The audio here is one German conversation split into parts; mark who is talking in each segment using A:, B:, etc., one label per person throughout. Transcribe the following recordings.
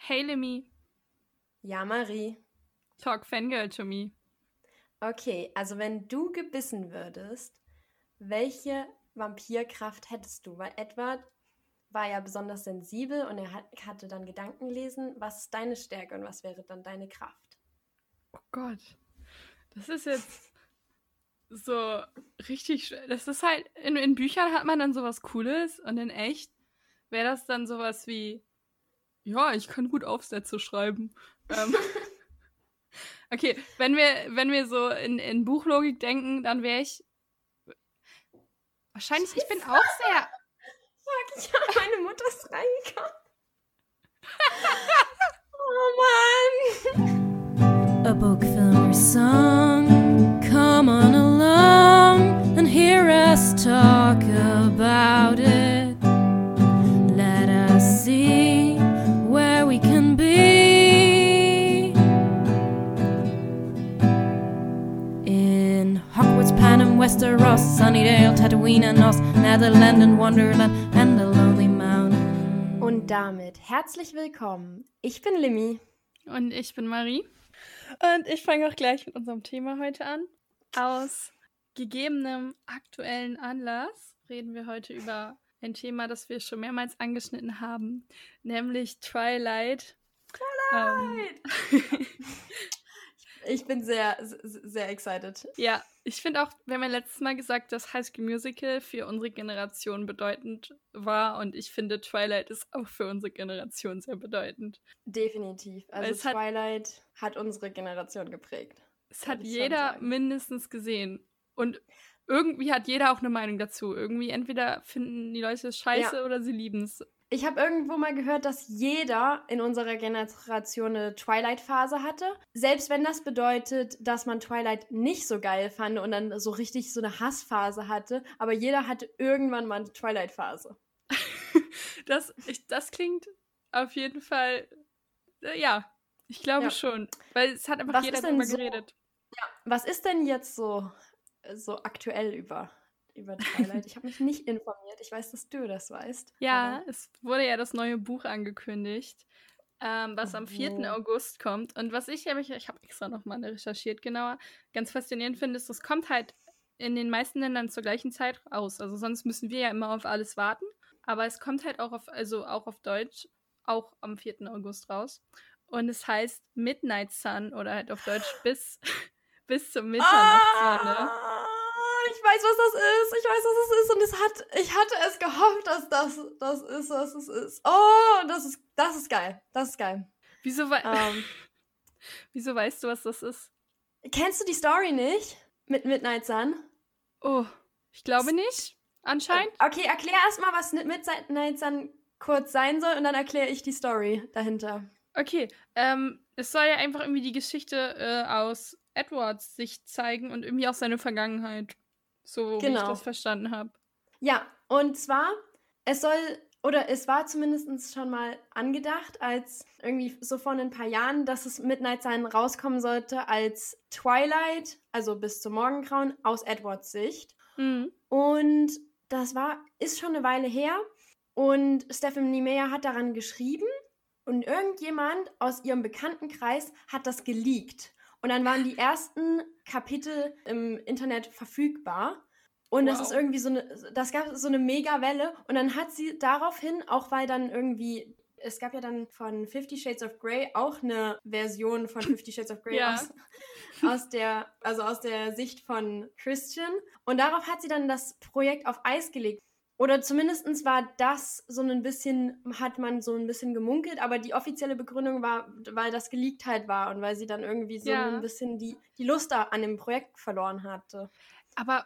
A: Hey Lemmy,
B: Ja, Marie.
A: talk Fangirl to me.
B: Okay, also wenn du gebissen würdest, welche Vampirkraft hättest du? Weil Edward war ja besonders sensibel und er hatte dann Gedankenlesen. Was ist deine Stärke und was wäre dann deine Kraft?
A: Oh Gott, das ist jetzt so richtig schwer. Das ist halt, in Büchern hat man dann sowas Cooles und in echt wäre das dann sowas wie, ja, ich kann gut Aufsätze schreiben. Ähm, okay, wenn wir so in Buchlogik denken, dann wäre ich wahrscheinlich, ich bin auch sehr,
B: Ich habe meine Mutter ist reingekommen. Oh Mann.
C: A book, film, or song. Come on along and hear us talk about it. Let us see where we can be. In Hogwarts, Panem, Westeros, Sunnydale, Tatooine, and Oz, Netherland and Wonderland, and the Lonely Mountain.
B: Und damit herzlich willkommen. Ich bin Limmy.
A: und ich bin Marie. Und ich fange auch gleich mit unserem Thema heute an. Aus gegebenem aktuellen Anlass reden wir heute über ein Thema, das wir schon mehrmals angeschnitten haben, nämlich Twilight.
B: Ich bin sehr, sehr excited.
A: Ja, ich finde auch, wir haben ja letztes Mal gesagt, dass High School Musical für unsere Generation bedeutend war und ich finde, Twilight ist auch für unsere Generation sehr bedeutend.
B: Definitiv. Also Twilight hat unsere Generation geprägt.
A: Es hat
B: Würde ich schon
A: jeder
B: sagen.
A: mindestens gesehen. Und irgendwie hat jeder auch eine Meinung dazu. Irgendwie entweder finden die Leute es scheiße
B: Ja.
A: oder sie lieben es.
B: Ich habe irgendwo mal gehört, dass jeder in unserer Generation eine Twilight-Phase hatte. Selbst wenn das bedeutet, dass man Twilight nicht so geil fand und dann so richtig so eine Hassphase hatte. Aber jeder hatte irgendwann mal eine Twilight-Phase.
A: Das klingt auf jeden Fall, ja, ich glaube
B: Ja.
A: schon. Weil es hat einfach
B: Was
A: jeder
B: ist denn
A: drüber
B: so-
A: geredet.
B: Was ist denn jetzt so aktuell über Twilight? Ich habe mich nicht informiert. Ich weiß, dass du das weißt.
A: Ja,
B: aber-
A: es wurde ja das neue Buch angekündigt, was am 4.
B: Oh.
A: August kommt. Und was ich habe extra nochmal recherchiert genauer, ganz faszinierend finde, ist, es kommt halt in den meisten Ländern zur gleichen Zeit raus. Also sonst müssen wir ja immer auf alles warten. Aber es kommt halt auch auf Deutsch, auch am 4. August raus. Und es heißt Midnight Sun oder halt auf Deutsch bis zur Mitternachtssonne.
B: Ich weiß, was das ist. Ich weiß, was es ist. Und ich hatte es gehofft, dass das ist, was es ist. Oh, das ist geil. Das ist geil.
A: Wieso weißt du, was das ist?
B: Kennst du die Story nicht? Mit Midnight Sun?
A: Oh, ich glaube nicht. Anscheinend.
B: Okay, erklär erstmal, was Midnight Sun kurz sein soll und dann erkläre ich die Story dahinter.
A: Okay, es soll ja einfach irgendwie die Geschichte aus Edwards Sicht zeigen und irgendwie auch seine Vergangenheit. So wie ich
B: Genau.
A: das verstanden habe.
B: Ja, und zwar, es war zumindest schon mal angedacht, als irgendwie so vor ein paar Jahren, dass es Midnight Sun rauskommen sollte als Twilight, also bis zum Morgengrauen, aus Edwards Sicht.
A: Mhm.
B: Und das ist schon eine Weile her. Und Stephanie Meyer hat daran geschrieben und irgendjemand aus ihrem Bekanntenkreis hat das geleakt. Und dann waren die ersten Kapitel im Internet verfügbar. Und das ist irgendwie das gab so eine Mega-Welle. Und dann hat sie daraufhin, auch weil dann irgendwie, es gab ja dann von 50 Shades of Grey auch eine Version von 50 Shades of Grey
A: Ja.
B: aus der Sicht von Christian. Und darauf hat sie dann das Projekt auf Eis gelegt. Oder zumindest war das hat man so ein bisschen gemunkelt, aber die offizielle Begründung war, weil das geleakt halt war und weil sie dann irgendwie so
A: Ja.
B: ein bisschen die Lust da an dem Projekt verloren hatte.
A: Aber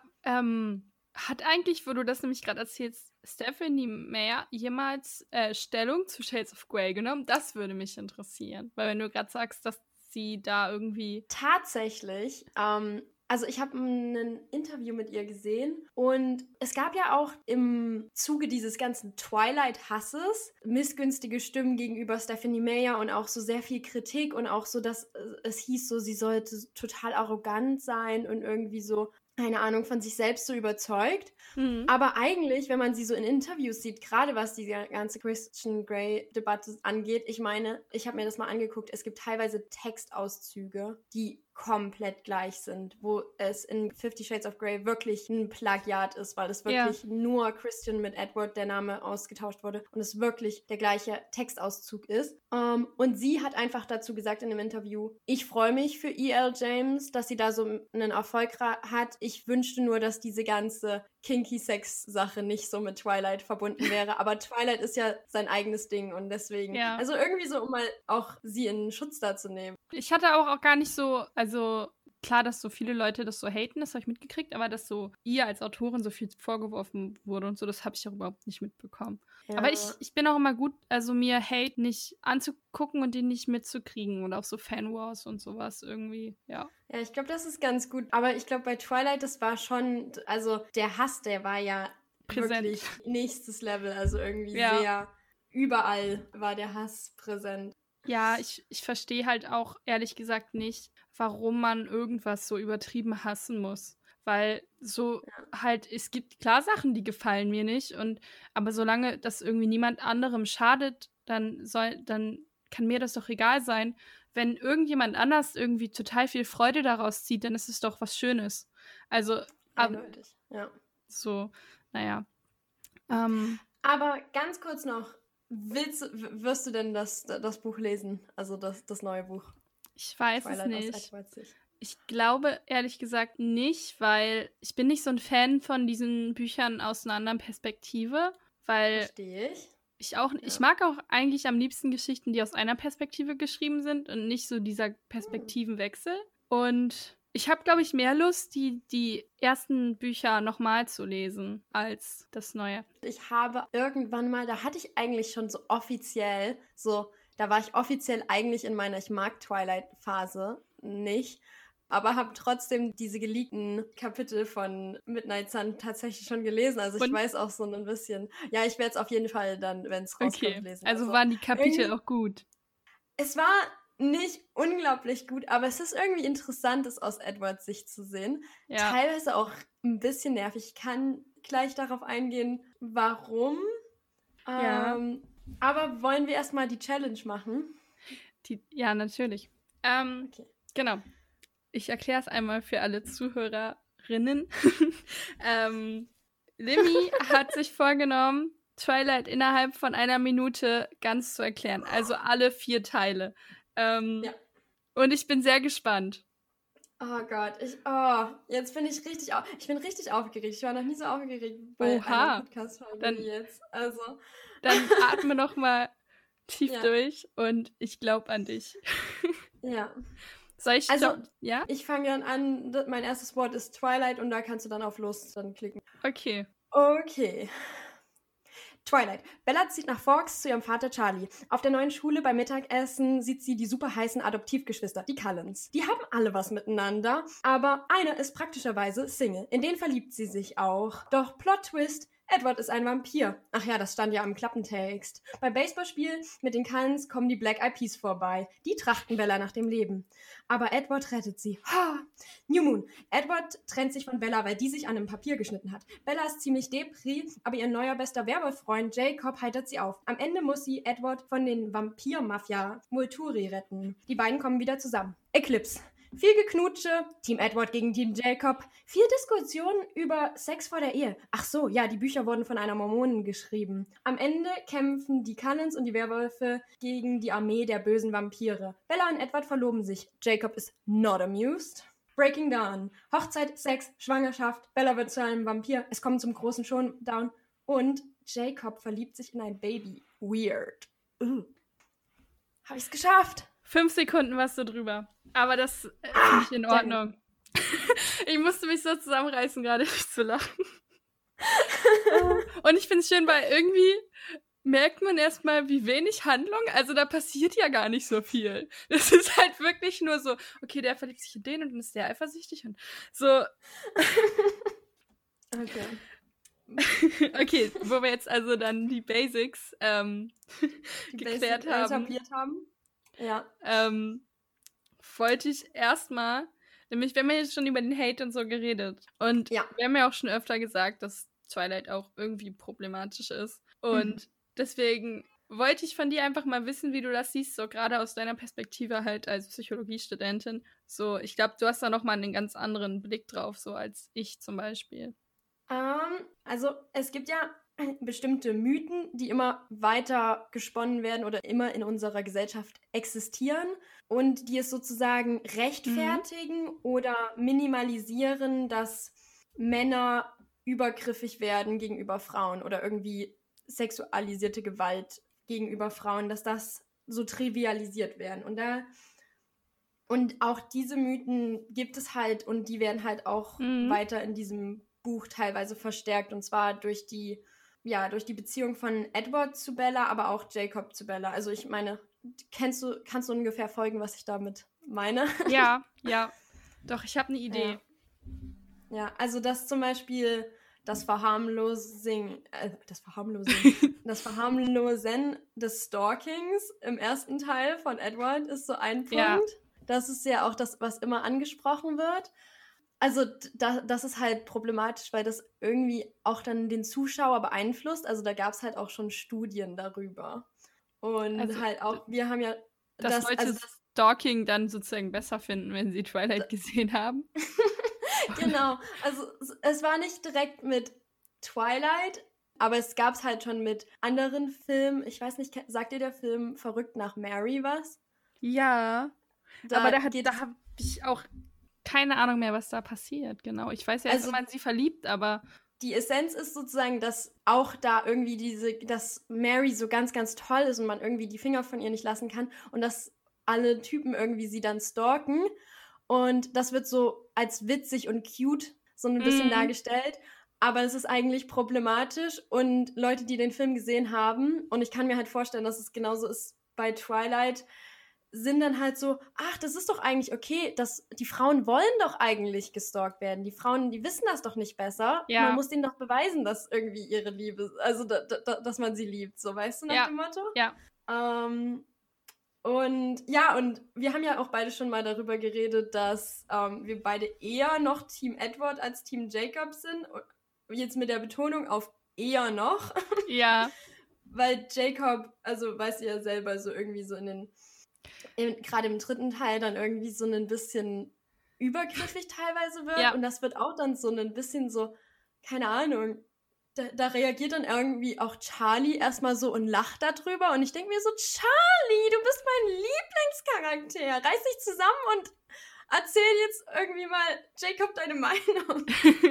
A: hat eigentlich, wo du das nämlich gerade erzählst, Stephanie Meyer jemals Stellung zu Shades of Grey genommen? Das würde mich interessieren. Weil wenn du gerade sagst, dass sie da irgendwie...
B: Tatsächlich, also ich habe ein Interview mit ihr gesehen und es gab ja auch im Zuge dieses ganzen Twilight-Hasses missgünstige Stimmen gegenüber Stephanie Meyer und auch so sehr viel Kritik und auch so, dass es hieß so, sie sollte total arrogant sein und irgendwie so keine Ahnung, von sich selbst so überzeugt.
A: Mhm.
B: Aber eigentlich, wenn man sie so in Interviews sieht, gerade was die ganze Christian Grey-Debatte angeht, ich meine, ich habe mir das mal angeguckt, es gibt teilweise Textauszüge, die komplett gleich sind, wo es in 50 Shades of Grey wirklich ein Plagiat ist, weil es wirklich nur Christian mit Edward der Name ausgetauscht wurde und es wirklich der gleiche Textauszug ist. Und sie hat einfach dazu gesagt in einem Interview, ich freue mich für E.L. James, dass sie da so einen Erfolg hat. Ich wünschte nur, dass diese ganze Kinky-Sex-Sache nicht so mit Twilight verbunden wäre. Aber Twilight ist ja sein eigenes Ding und deswegen, also irgendwie so, um mal auch sie in Schutz da zu nehmen.
A: Ich hatte auch gar nicht so, also klar, dass so viele Leute das so haten, das habe ich mitgekriegt, aber dass so ihr als Autorin so viel vorgeworfen wurde und so, das habe ich auch überhaupt nicht mitbekommen. Ja. Aber ich bin auch immer gut, also mir Hate nicht anzugucken und den nicht mitzukriegen und auch so Fanwars und sowas irgendwie, ja.
B: Ja, ich glaube, das ist ganz gut. Aber ich glaube, bei Twilight, das war schon, also der Hass, der war ja präsent. Wirklich nächstes Level, also irgendwie sehr, überall war der Hass präsent.
A: Ja, ich verstehe halt auch ehrlich gesagt nicht, warum man irgendwas so übertrieben hassen muss. Weil so halt, es gibt klar Sachen, die gefallen mir nicht. Aber solange das irgendwie niemand anderem schadet, dann kann mir das doch egal sein. Wenn irgendjemand anders irgendwie total viel Freude daraus zieht, dann ist es doch was Schönes. Also,
B: eindeutig, ja.
A: So, naja.
B: Aber ganz kurz noch, wirst du denn das Buch lesen? Also das neue Buch?
A: Ich weiß es nicht. Ich glaube ehrlich gesagt nicht, weil ich bin nicht so ein Fan von diesen Büchern aus einer anderen Perspektive, weil
B: verstehe ich.
A: Ich mag auch eigentlich am liebsten Geschichten, die aus einer Perspektive geschrieben sind und nicht so dieser Perspektivenwechsel. Und ich habe, glaube ich, mehr Lust, die ersten Bücher nochmal zu lesen, als das Neue.
B: Ich habe irgendwann mal, da hatte ich eigentlich schon so offiziell, da war ich offiziell eigentlich in meiner Ich mag Twilight-Phase nicht, aber habe trotzdem diese geleakten Kapitel von Midnight Sun tatsächlich schon gelesen. Also ich weiß auch so ein bisschen. Ja, ich werde es auf jeden Fall dann, wenn es rauskommt, lesen.
A: Also waren die Kapitel auch gut?
B: Es war nicht unglaublich gut, aber es ist irgendwie interessant, es aus Edwards Sicht zu sehen. Ja. Teilweise auch ein bisschen nervig. Ich kann gleich darauf eingehen, warum.
A: Ja.
B: Aber wollen wir erstmal die Challenge machen?
A: Ja, natürlich. Okay. Genau. Ich erkläre es einmal für alle Zuhörerinnen. Limmy hat sich vorgenommen, Twilight innerhalb von 1 Minute ganz zu erklären. Also alle 4 Teile. Und ich bin sehr gespannt.
B: Oh Gott, jetzt bin ich richtig aufgeregt. Ich war noch nie so aufgeregt bei einer Podcast-Folge wie jetzt. Also.
A: Dann atme noch mal tief durch und ich glaube an dich.
B: Ja.
A: Soll ich
B: ja? Ich fange dann an, mein erstes Wort ist Twilight und da kannst du dann auf Los dann klicken.
A: Okay.
B: Twilight. Bella zieht nach Forks zu ihrem Vater Charlie. Auf der neuen Schule beim Mittagessen sieht sie die super heißen Adoptivgeschwister, die Cullens. Die haben alle was miteinander, aber einer ist praktischerweise Single. In den verliebt sie sich auch. Doch Plot-Twist, Edward ist ein Vampir. Ach ja, das stand ja am Klappentext. Beim Baseballspiel mit den Cullens kommen die Black Eyed Peas vorbei. Die trachten Bella nach dem Leben. Aber Edward rettet sie. New Moon. Edward trennt sich von Bella, weil die sich an einem Papier geschnitten hat. Bella ist ziemlich depri, aber ihr neuer bester Werwolf-Freund Jacob heitert sie auf. Am Ende muss sie Edward von den Vampir-Mafia Volturi retten. Die beiden kommen wieder zusammen. Eclipse. Viel Geknutsche, Team Edward gegen Team Jacob, viel Diskussion über Sex vor der Ehe. Ach so, ja, die Bücher wurden von einer Mormonin geschrieben. Am Ende kämpfen die Cullens und die Werwölfe gegen die Armee der bösen Vampire. Bella und Edward verloben sich. Jacob ist not amused. Breaking Dawn. Hochzeit, Sex, Schwangerschaft. Bella wird zu einem Vampir. Es kommt zum großen Showdown. Und Jacob verliebt sich in ein Baby. Weird. Hab ich's geschafft?
A: 5 Sekunden warst du drüber. Aber das finde ich in Ordnung. Ich musste mich so zusammenreißen, gerade nicht zu lachen. Und ich finde es schön, weil irgendwie merkt man erstmal, wie wenig Handlung, also da passiert ja gar nicht so viel. Das ist halt wirklich nur so, okay, der verliebt sich in den und dann ist der eifersüchtig und so. Okay, wo wir jetzt also dann die Basics geklärt haben.
B: Ja.
A: Wollte ich erstmal Nämlich, wir haben ja jetzt schon über den Hate und so geredet. Und
B: Ja.
A: wir haben ja auch schon öfter gesagt, dass Twilight auch irgendwie problematisch ist. Und deswegen wollte ich von dir einfach mal wissen, wie du das siehst, so gerade aus deiner Perspektive halt als Psychologiestudentin. So, ich glaube, du hast da nochmal einen ganz anderen Blick drauf, so als ich zum Beispiel.
B: Also es gibt ja bestimmte Mythen, die immer weiter gesponnen werden oder immer in unserer Gesellschaft existieren und die es sozusagen rechtfertigen oder minimalisieren, dass Männer übergriffig werden gegenüber Frauen oder irgendwie sexualisierte Gewalt gegenüber Frauen, dass das so trivialisiert werden. Und auch diese Mythen gibt es halt und die werden halt auch weiter in diesem Buch teilweise verstärkt, und zwar durch die Beziehung von Edward zu Bella, aber auch Jacob zu Bella. Also ich meine, kannst du ungefähr folgen, was ich damit meine?
A: Ja. Doch, ich habe eine Idee.
B: Ja, also dass zum Beispiel das Verharmlosen des Stalkings im ersten Teil von Edward ist so ein Punkt.
A: Ja.
B: Das ist ja auch das, was immer angesprochen wird. Also das ist halt problematisch, weil das irgendwie auch dann den Zuschauer beeinflusst. Also da gab es halt auch schon Studien darüber. Und
A: Also,
B: halt auch, wir haben ja...
A: Dass Leute Stalking dann sozusagen besser finden, wenn sie Twilight gesehen haben.
B: Genau, also es war nicht direkt mit Twilight, aber es gab es halt schon mit anderen Filmen. Ich weiß nicht, sagt dir der Film Verrückt nach Mary was?
A: Ja, aber da habe ich auch keine Ahnung mehr, was da passiert, genau. Ich weiß ja, dass man sie verliebt, aber...
B: Die Essenz ist sozusagen, dass auch da irgendwie dass Mary so ganz, ganz toll ist und man irgendwie die Finger von ihr nicht lassen kann und dass alle Typen irgendwie sie dann stalken und das wird so als witzig und cute so ein bisschen dargestellt, aber es ist eigentlich problematisch und Leute, die den Film gesehen haben, und ich kann mir halt vorstellen, dass es genauso ist bei Twilight, sind dann halt so, ach, das ist doch eigentlich okay, die Frauen wollen doch eigentlich gestalkt werden. Die Frauen, die wissen das doch nicht besser.
A: Ja.
B: Man muss denen doch beweisen, dass irgendwie ihre Liebe, also dass man sie liebt, so, weißt du, nach dem Motto?
A: Ja.
B: Und wir haben ja auch beide schon mal darüber geredet, dass wir beide eher noch Team Edward als Team Jacob sind. Jetzt mit der Betonung auf eher noch.
A: Ja.
B: Weil Jacob, also weißt du ja selber, so irgendwie so gerade im dritten Teil dann irgendwie so ein bisschen übergriffig teilweise wird.
A: Ja.
B: Und das wird auch dann so ein bisschen so, keine Ahnung, da reagiert dann irgendwie auch Charlie erstmal so und lacht darüber. Und ich denke mir so, Charlie, du bist mein Lieblingscharakter. Reiß dich zusammen und erzähl jetzt irgendwie mal Jacob deine Meinung.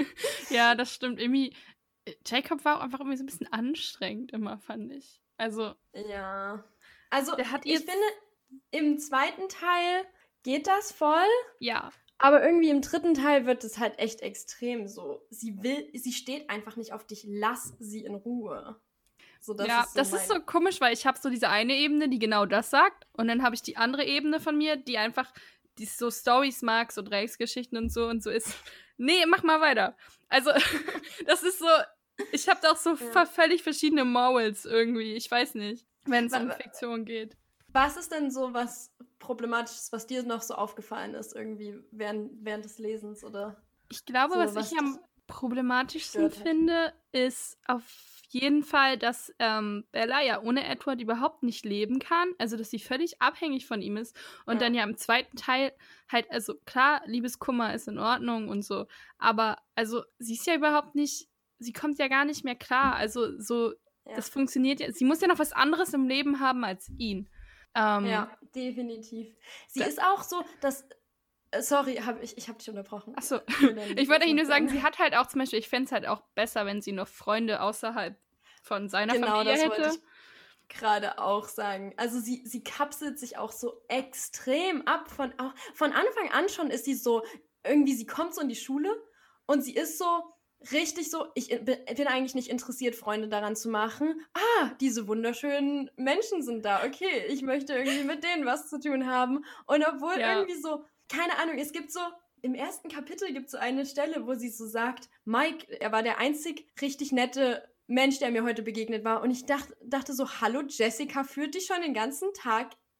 A: Ja, das stimmt. Irgendwie, Jacob war auch einfach irgendwie so ein bisschen anstrengend immer, fand ich. Also.
B: Ja. Also,
A: ich
B: finde, im zweiten Teil geht das voll.
A: Ja.
B: Aber irgendwie im dritten Teil wird es halt echt extrem so. Sie steht einfach nicht auf dich, lass sie in Ruhe. So, das ist so
A: komisch, weil ich habe so diese eine Ebene, die genau das sagt. Und dann habe ich die andere Ebene von mir, die einfach die so Storys mag, so Dreiecksgeschichten und so ist. Nee, mach mal weiter. Also, das ist so, ich habe da auch so völlig verschiedene Morals irgendwie. Ich weiß nicht, wenn es um Fiktion geht.
B: Was ist denn so was Problematisches, was dir noch so aufgefallen ist, irgendwie während des Lesens? Oder
A: ich glaube, so, was ich am problematischsten finde, ist auf jeden Fall, dass Bella ja ohne Edward überhaupt nicht leben kann. Also, dass sie völlig abhängig von ihm ist. Und dann ja im zweiten Teil halt, also klar, Liebeskummer ist in Ordnung und so. Aber, also, sie ist ja überhaupt nicht, sie kommt ja gar nicht mehr klar. Also, so, das funktioniert ja. Sie muss ja noch was anderes im Leben haben als ihn.
B: Ja, definitiv. Sie ist auch so, dass... Sorry, ich hab dich unterbrochen.
A: Achso, ich wollte eigentlich nur sagen, sie hat halt auch zum Beispiel, ich fände es halt auch besser, wenn sie noch Freunde außerhalb von seiner Familie hätte. Genau, das wollte ich
B: gerade auch sagen. Also sie kapselt sich auch so extrem ab. Von Anfang an schon ist sie so, irgendwie, sie kommt so in die Schule und sie ist so richtig so, ich bin eigentlich nicht interessiert, Freunde daran zu machen. Diese wunderschönen Menschen sind da. Okay, ich möchte irgendwie mit denen was zu tun haben. Und obwohl irgendwie so, keine Ahnung, es gibt so, im ersten Kapitel gibt es so eine Stelle, wo sie so sagt, Mike, er war der einzig richtig nette Mensch, der mir heute begegnet war. Und ich dachte so, hallo, Jessica führt dich schon den ganzen Tag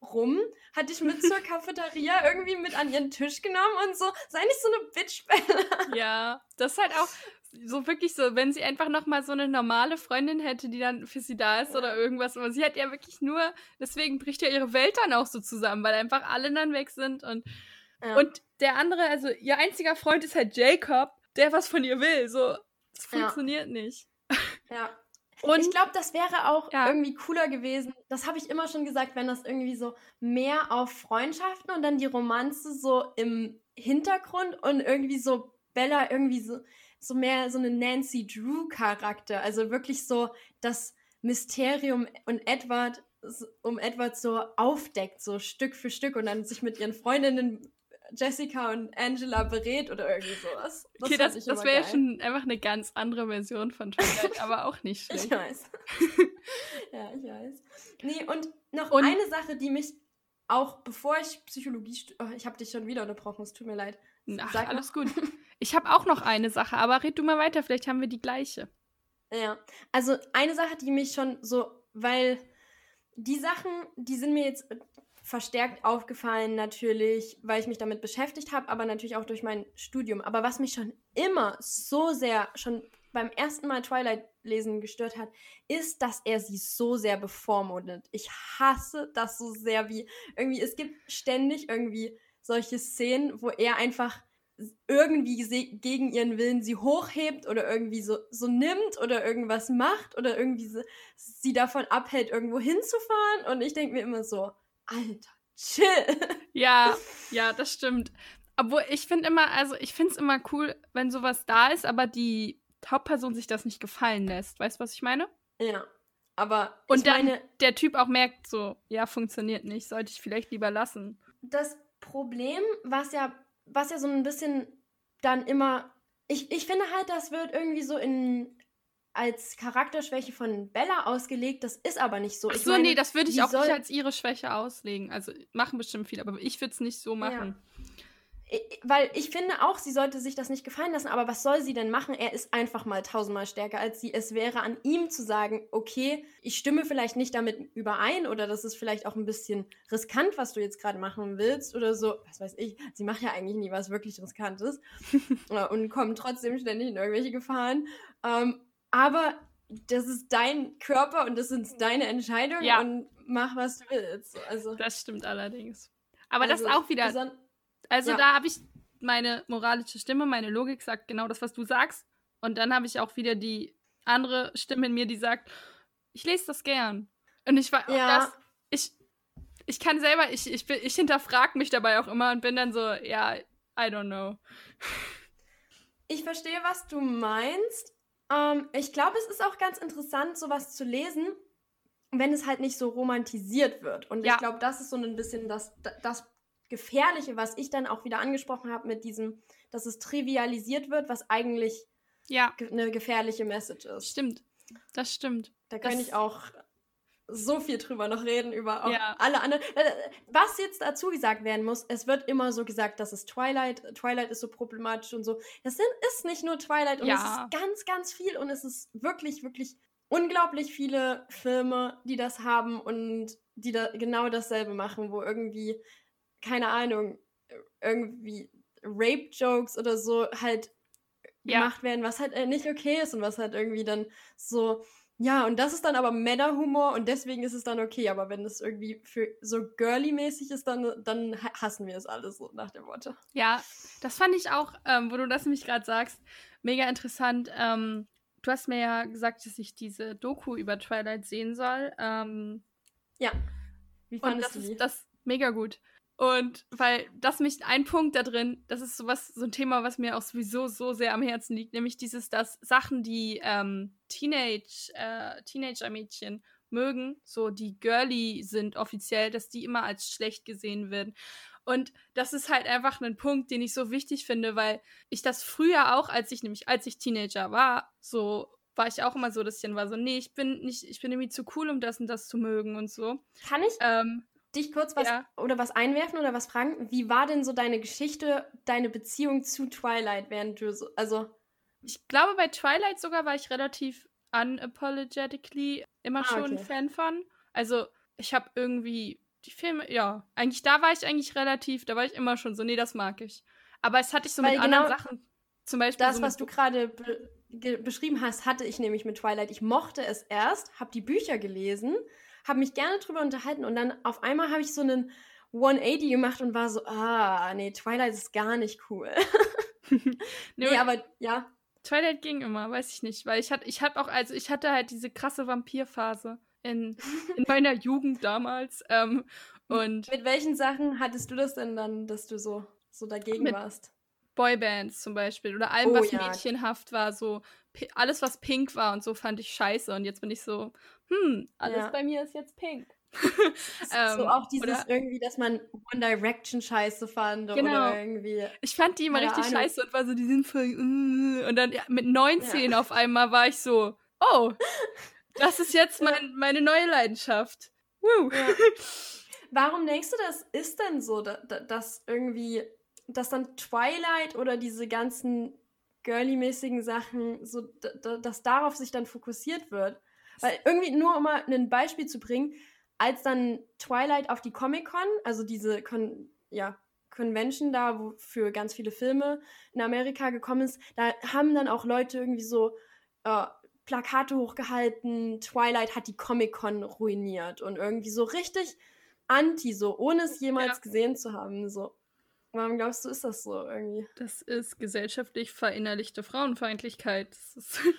B: rum, hat dich mit zur Cafeteria irgendwie mit an ihren Tisch genommen und so. Sei nicht so eine Bitch, Bella.
A: Ja, das ist halt auch so wirklich so, wenn sie einfach nochmal so eine normale Freundin hätte, die dann für sie da ist oder irgendwas. Aber sie hat ja wirklich nur, deswegen bricht ja ihre Welt dann auch so zusammen, weil einfach alle dann weg sind und der andere, also ihr einziger Freund ist halt Jacob, der was von ihr will. So, das funktioniert nicht.
B: Ja.
A: Und
B: ich glaube, das wäre auch irgendwie cooler gewesen. Das habe ich immer schon gesagt, wenn das irgendwie so mehr auf Freundschaften und dann die Romanze so im Hintergrund und irgendwie so Bella irgendwie so mehr so eine Nancy Drew-Charakter. Also wirklich so das Mysterium und Edward so aufdeckt, so Stück für Stück und dann sich mit ihren Freundinnen Jessica und Angela berät oder irgendwie sowas.
A: Okay, das wäre ja schon einfach eine ganz andere Version von Twilight, aber auch nicht schlecht.
B: Ich weiß. Ja, ich weiß. Nee, und noch eine Sache, die mich auch, bevor ich Psychologie ich habe dich schon wieder unterbrochen, es tut mir leid.
A: Ach, alles gut. Ich habe auch noch eine Sache, aber red du mal weiter, vielleicht haben wir die gleiche.
B: Ja, also eine Sache, die mich schon so, weil die Sachen, die sind mir jetzt verstärkt aufgefallen natürlich, weil ich mich damit beschäftigt habe, aber natürlich auch durch mein Studium. Aber was mich schon immer so sehr, schon beim ersten Mal Twilight lesen gestört hat, ist, dass er sie so sehr bevormundet. Ich hasse das so sehr, wie irgendwie, es gibt ständig irgendwie solche Szenen, wo er einfach irgendwie gegen ihren Willen sie hochhebt oder irgendwie so nimmt oder irgendwas macht oder irgendwie sie davon abhält, irgendwo hinzufahren. Und ich denke mir immer so, Alter, chill.
A: Ja, das stimmt. Obwohl, ich finde es immer cool, wenn sowas da ist, aber die Hauptperson sich das nicht gefallen lässt. Weißt du, was ich meine?
B: Ja, aber
A: und dann der Typ auch merkt so, ja, funktioniert nicht, sollte ich vielleicht lieber lassen.
B: Das Problem, was ja so ein bisschen dann immer, ich finde halt, das wird irgendwie so als Charakterschwäche von Bella ausgelegt, das ist aber nicht so.
A: Ach so, nee, das würde ich auch nicht als ihre Schwäche auslegen. Also machen bestimmt viele, aber ich würde es nicht so machen.
B: Ja. Weil ich finde auch, sie sollte sich das nicht gefallen lassen, aber was soll sie denn machen? Er ist einfach mal 1000-mal stärker als sie. Es wäre an ihm zu sagen, okay, ich stimme vielleicht nicht damit überein oder das ist vielleicht auch ein bisschen riskant, was du jetzt gerade machen willst oder so. Was weiß ich, sie macht ja eigentlich nie was wirklich Riskantes und kommt trotzdem ständig in irgendwelche Gefahren. Aber das ist dein Körper und das sind deine Entscheidungen und mach, was du willst. Also,
A: das stimmt allerdings. Aber das ist auch wieder... da habe ich meine moralische Stimme, meine Logik sagt genau das, was du sagst. Und dann habe ich auch wieder die andere Stimme in mir, die sagt, ich lese das gern. Und ich war ich kann selber, ich hinterfrage mich dabei auch immer und bin dann so, ja, I don't know.
B: Ich verstehe, was du meinst. Ich glaube, es ist auch ganz interessant, sowas zu lesen, wenn es halt nicht so romantisiert wird. Und ich glaube, das ist so ein bisschen das Gefährliche, was ich dann auch wieder angesprochen habe mit diesem, dass es trivialisiert wird, was eigentlich eine gefährliche Message ist.
A: Stimmt, das stimmt.
B: Da kann ich auch so viel drüber noch reden, über auch alle anderen. Was jetzt dazu gesagt werden muss, es wird immer so gesagt, das ist Twilight ist so problematisch und so. Das ist nicht nur Twilight und es ist ganz, ganz viel und es ist wirklich, wirklich unglaublich viele Filme, die das haben und die da genau dasselbe machen, wo irgendwie keine Ahnung, irgendwie Rape-Jokes oder so halt gemacht werden, was halt nicht okay ist und was halt irgendwie dann so, ja, und das ist dann aber Männerhumor und deswegen ist es dann okay, aber wenn es irgendwie für so girly-mäßig ist, dann hassen wir es alles so nach dem Motto.
A: Ja, das fand ich auch, wo du das nämlich gerade sagst, mega interessant. Du hast mir ja gesagt, dass ich diese Doku über Twilight sehen soll.
B: Ja. Wie fandest du die?
A: Das ist mega gut. Und weil ein Punkt da drin, das ist so ein Thema, was mir auch sowieso so sehr am Herzen liegt, nämlich dass Sachen, die Teenager-Mädchen mögen, so die girly sind offiziell, dass die immer als schlecht gesehen werden. Und das ist halt einfach ein Punkt, den ich so wichtig finde, weil ich das früher auch, als ich Teenager war, so war ich auch immer so, dass ich war so, nee, ich bin irgendwie zu cool, um das und das zu mögen und so.
B: Kann ich dich kurz was einwerfen oder was fragen? Wie war denn so deine Geschichte, deine Beziehung zu Twilight, während du so, also...
A: Ich glaube, bei Twilight sogar war ich relativ unapologetically immer schon Fan von. Also, ich habe irgendwie die Filme, ja. Da war ich immer schon so, nee, das mag ich. Aber es hatte ich so
B: Weil
A: mit
B: genau
A: anderen Sachen, zum Beispiel
B: das,
A: so
B: was du gerade beschrieben hast, hatte ich nämlich mit Twilight. Ich mochte es erst, habe die Bücher gelesen, habe mich gerne drüber unterhalten und dann auf einmal habe ich so einen 180 gemacht und war so, nee, Twilight ist gar nicht cool. Nee, aber ja.
A: Twilight ging immer, weiß ich nicht, weil ich hatte halt diese krasse Vampirphase in meiner Jugend damals. Und
B: mit welchen Sachen hattest du das denn dann, dass du so dagegen warst?
A: Boybands zum Beispiel oder allem, was mädchenhaft war, so alles, was pink war und so, fand ich scheiße. Und jetzt bin ich so, alles bei mir ist jetzt pink.
B: So auch dieses irgendwie, dass man One Direction scheiße fand oder irgendwie.
A: Ich fand die immer richtig scheiße und war so, die sind voll und dann mit 19 auf einmal war ich so, oh, das ist jetzt meine neue Leidenschaft.
B: Ja. Warum denkst du, das ist denn so, dass irgendwie, dass dann Twilight oder diese ganzen girly-mäßigen Sachen, so, dass darauf sich dann fokussiert wird? Weil irgendwie, nur um mal ein Beispiel zu bringen, als dann Twilight auf die Comic-Con, also diese Convention da, wo für ganz viele Filme in Amerika gekommen ist, da haben dann auch Leute irgendwie so Plakate hochgehalten, Twilight hat die Comic-Con ruiniert und irgendwie so richtig anti, so ohne es jemals gesehen zu haben, so. Warum glaubst du, ist das so irgendwie?
A: Das ist gesellschaftlich verinnerlichte Frauenfeindlichkeit. Das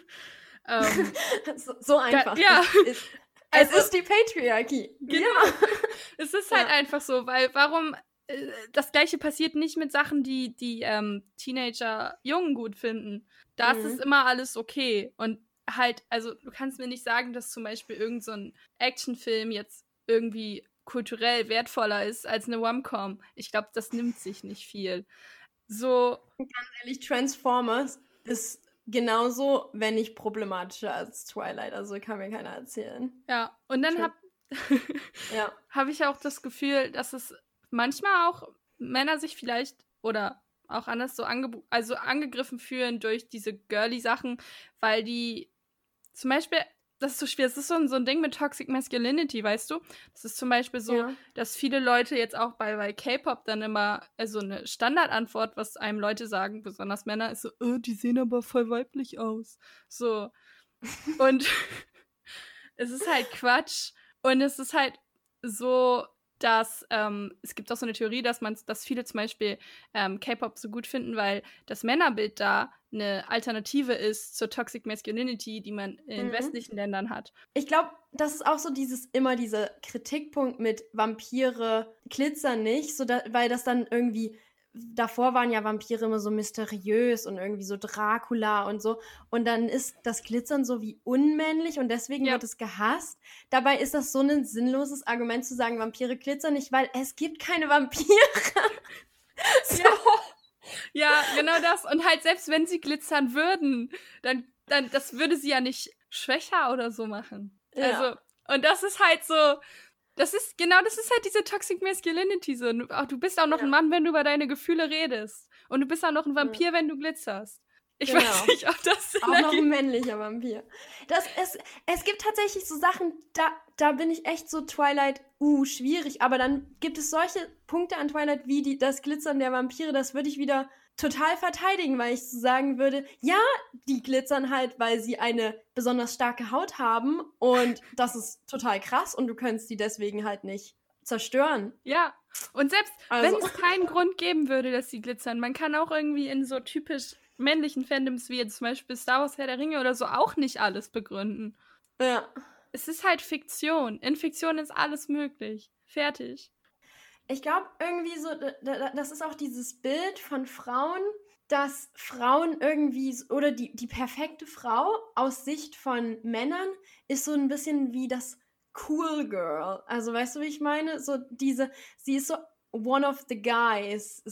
A: ist
B: so einfach.
A: Ja.
B: Es ist die Patriarchie.
A: Genau. Ja. Es ist halt einfach so, weil warum das Gleiche passiert nicht mit Sachen, die Teenager Jungen gut finden. Das ist immer alles okay. Und halt, also du kannst mir nicht sagen, dass zum Beispiel irgend so ein Actionfilm jetzt irgendwie kulturell wertvoller ist als eine Rom-Com. Ich glaube, das nimmt sich nicht viel. So.
B: Ganz ehrlich, Transformers ist genauso, wenn nicht problematischer als Twilight. Also kann mir keiner erzählen.
A: Ja, und dann habe ich auch das Gefühl, dass es manchmal auch Männer sich vielleicht oder auch anders so angegriffen fühlen durch diese Girly-Sachen, weil die zum Beispiel, das ist so schwer, das ist so ein Ding mit Toxic Masculinity, weißt du? Das ist zum Beispiel so, dass viele Leute jetzt auch bei K-Pop dann immer, also eine Standardantwort, was einem Leute sagen, besonders Männer, ist so, die sehen aber voll weiblich aus. So. Und es ist halt Quatsch. Und es ist halt so, dass es gibt auch so eine Theorie, dass viele zum Beispiel K-Pop so gut finden, weil das Männerbild da eine Alternative ist zur Toxic Masculinity, die man in westlichen Ländern hat.
B: Ich glaube, das ist auch so dieser Kritikpunkt mit Vampire glitzern nicht, weil das dann irgendwie, davor waren ja Vampire immer so mysteriös und irgendwie so Dracula und so. Und dann ist das Glitzern so wie unmännlich und deswegen wird es gehasst. Dabei ist das so ein sinnloses Argument zu sagen, Vampire glitzern nicht, weil es gibt keine Vampire.
A: So. Ja, genau das. Und halt, selbst wenn sie glitzern würden, dann das würde sie ja nicht schwächer oder so machen. Ja. Also, und das ist halt so, das ist halt diese Toxic Masculinity. So. Du bist auch noch ein Mann, wenn du über deine Gefühle redest. Und du bist auch noch ein Vampir, wenn du glitzerst. Ich weiß nicht, ob das
B: auch noch ein männlicher Vampir. Es gibt tatsächlich so Sachen, da bin ich echt so Twilight, schwierig. Aber dann gibt es solche Punkte an Twilight wie das Glitzern der Vampire, das würde ich wieder total verteidigen, weil ich so sagen würde, ja, die glitzern halt, weil sie eine besonders starke Haut haben und das ist total krass und du könntest die deswegen halt nicht zerstören.
A: Ja, und selbst wenn es keinen Grund geben würde, dass sie glitzern, man kann auch irgendwie in so typisch männlichen Fandoms wie jetzt zum Beispiel Star Wars Herr der Ringe oder so auch nicht alles begründen.
B: Ja.
A: Es ist halt Fiktion. In Fiktion ist alles möglich. Fertig.
B: Ich glaube irgendwie so, das ist auch dieses Bild von Frauen, dass Frauen irgendwie, oder die perfekte Frau aus Sicht von Männern ist so ein bisschen wie das Cool Girl. Also weißt du, wie ich meine? So sie ist so one of the guys.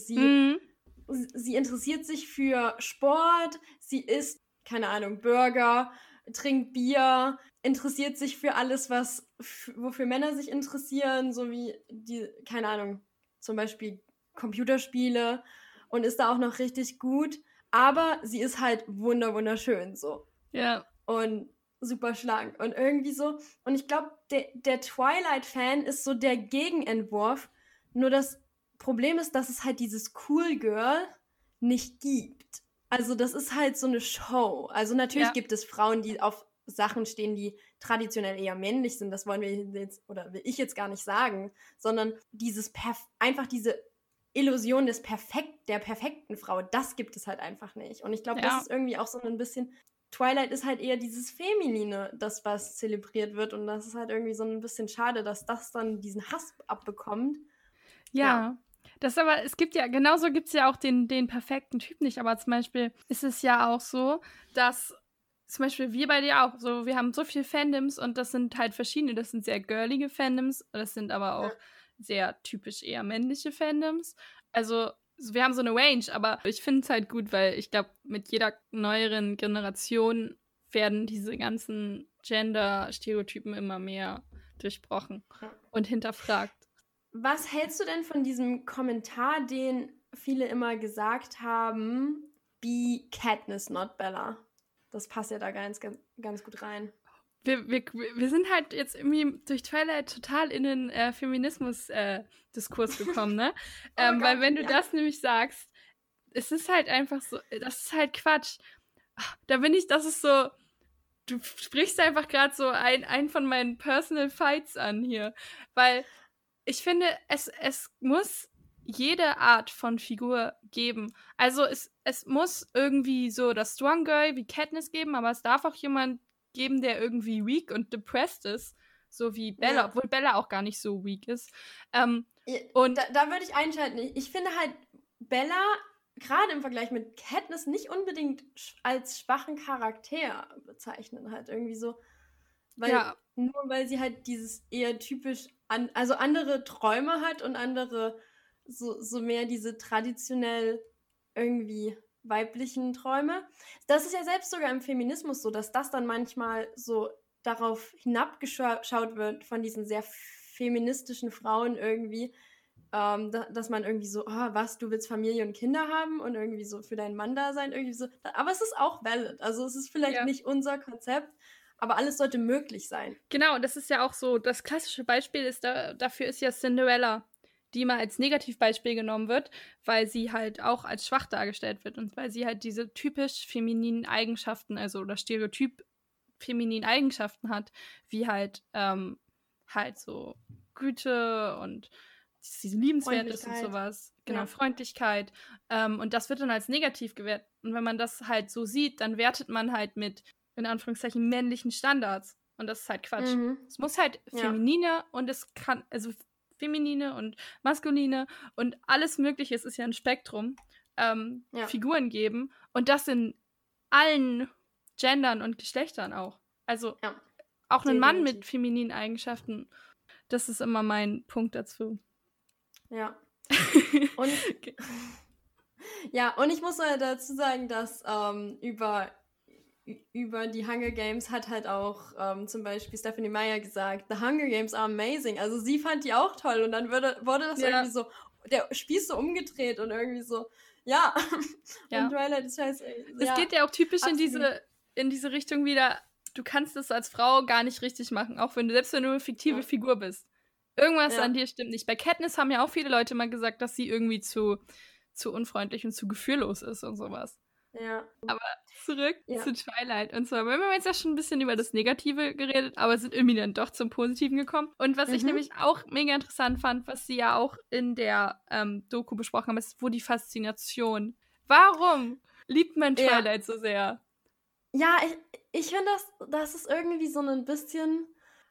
B: Sie interessiert sich für Sport, sie isst, keine Ahnung, Burger, trinkt Bier, interessiert sich für alles, wofür Männer sich interessieren, so wie keine Ahnung, zum Beispiel Computerspiele und ist da auch noch richtig gut, aber sie ist halt wunderschön so.
A: Ja.
B: Und super schlank und irgendwie so. Und ich glaube, der Twilight-Fan ist so der Gegenentwurf. Nur das Problem ist, dass es halt dieses Cool Girl nicht gibt. Also das ist halt so eine Show. Also natürlich gibt es Frauen, die auf Sachen stehen, die traditionell eher männlich sind. Das wollen wir jetzt, oder will ich jetzt gar nicht sagen, sondern einfach diese Illusion der perfekten Frau, das gibt es halt einfach nicht. Und ich glaube, das ist irgendwie auch so ein bisschen, Twilight ist halt eher dieses Feminine, das was zelebriert wird, und das ist halt irgendwie so ein bisschen schade, dass das dann diesen Hass abbekommt.
A: Ja. Das aber, genauso gibt es ja auch den perfekten Typ nicht, aber zum Beispiel ist es ja auch so, dass zum Beispiel wir bei dir auch, so, wir haben so viele Fandoms und das sind halt verschiedene, das sind sehr girlige Fandoms, das sind aber auch sehr typisch eher männliche Fandoms. Also wir haben so eine Range, aber ich finde es halt gut, weil ich glaube, mit jeder neueren Generation werden diese ganzen Gender-Stereotypen immer mehr durchbrochen und hinterfragt.
B: Was hältst du denn von diesem Kommentar, den viele immer gesagt haben, be Katniss, not Bella? Das passt ja da ganz, ganz gut rein.
A: Wir sind halt jetzt irgendwie durch Twilight total in den Feminismus-Diskurs gekommen, ne? Weil wenn du das nämlich sagst, es ist halt einfach so, das ist halt Quatsch. Das ist so, du sprichst einfach gerade so ein von meinen Personal Fights an hier. Weil ich finde, es muss jede Art von Figur geben. Also es muss irgendwie so das Strong Girl wie Katniss geben, aber es darf auch jemand geben, der irgendwie weak und depressed ist, so wie Bella, obwohl Bella auch gar nicht so weak ist.
B: Und da würde ich einschalten. Ich finde halt Bella, gerade im Vergleich mit Katniss, nicht unbedingt als schwachen Charakter bezeichnen, halt irgendwie so. Nur weil sie halt dieses eher typisch, also andere Träume hat und andere so mehr diese traditionell irgendwie weiblichen Träume. Das ist ja selbst sogar im Feminismus so, dass das dann manchmal so darauf hinabgeschaut wird von diesen sehr feministischen Frauen irgendwie, dass man irgendwie so, du willst Familie und Kinder haben und irgendwie so für deinen Mann da sein, irgendwie so. Aber es ist auch valid. Also es ist vielleicht nicht unser Konzept, aber alles sollte möglich sein.
A: Genau, das ist ja auch so, das klassische Beispiel dafür ist ja Cinderella, die mal als Negativbeispiel genommen wird, weil sie halt auch als schwach dargestellt wird und weil sie halt diese typisch femininen Eigenschaften, also oder stereotyp femininen Eigenschaften hat, wie halt so Güte und diese liebenswert ist und sowas. Genau, Freundlichkeit. Und das wird dann als negativ gewertet. Und wenn man das halt so sieht, dann wertet man halt mit, in Anführungszeichen, männlichen Standards. Und das ist halt Quatsch. Es muss halt feminine und es kann, also feminine und maskuline und alles Mögliche, es ist ja ein Spektrum, Figuren geben und das in allen Gendern und Geschlechtern auch. Also auch ein Mann mit femininen Eigenschaften, das ist immer mein Punkt dazu.
B: Ja. Und und ich muss mal dazu sagen, dass über die Hunger Games hat halt auch zum Beispiel Stephenie Meyer gesagt, The Hunger Games are amazing. Also sie fand die auch toll und dann wurde das irgendwie so, der Spieß so umgedreht und irgendwie so, und Twilight ist scheiße.
A: Es geht ja auch typisch in diese Richtung wieder, du kannst das als Frau gar nicht richtig machen, auch selbst wenn du eine fiktive Figur bist. Irgendwas an dir stimmt nicht. Bei Katniss haben ja auch viele Leute mal gesagt, dass sie irgendwie zu unfreundlich und zu gefühllos ist und sowas.
B: Ja.
A: Aber zurück zu Twilight. Und zwar, wir haben jetzt ja schon ein bisschen über das Negative geredet, aber sind irgendwie dann doch zum Positiven gekommen. Und was ich nämlich auch mega interessant fand, was sie ja auch in der Doku besprochen haben, ist, wo die Faszination. Warum liebt man Twilight so sehr?
B: Ja, ich finde, das ist irgendwie so ein bisschen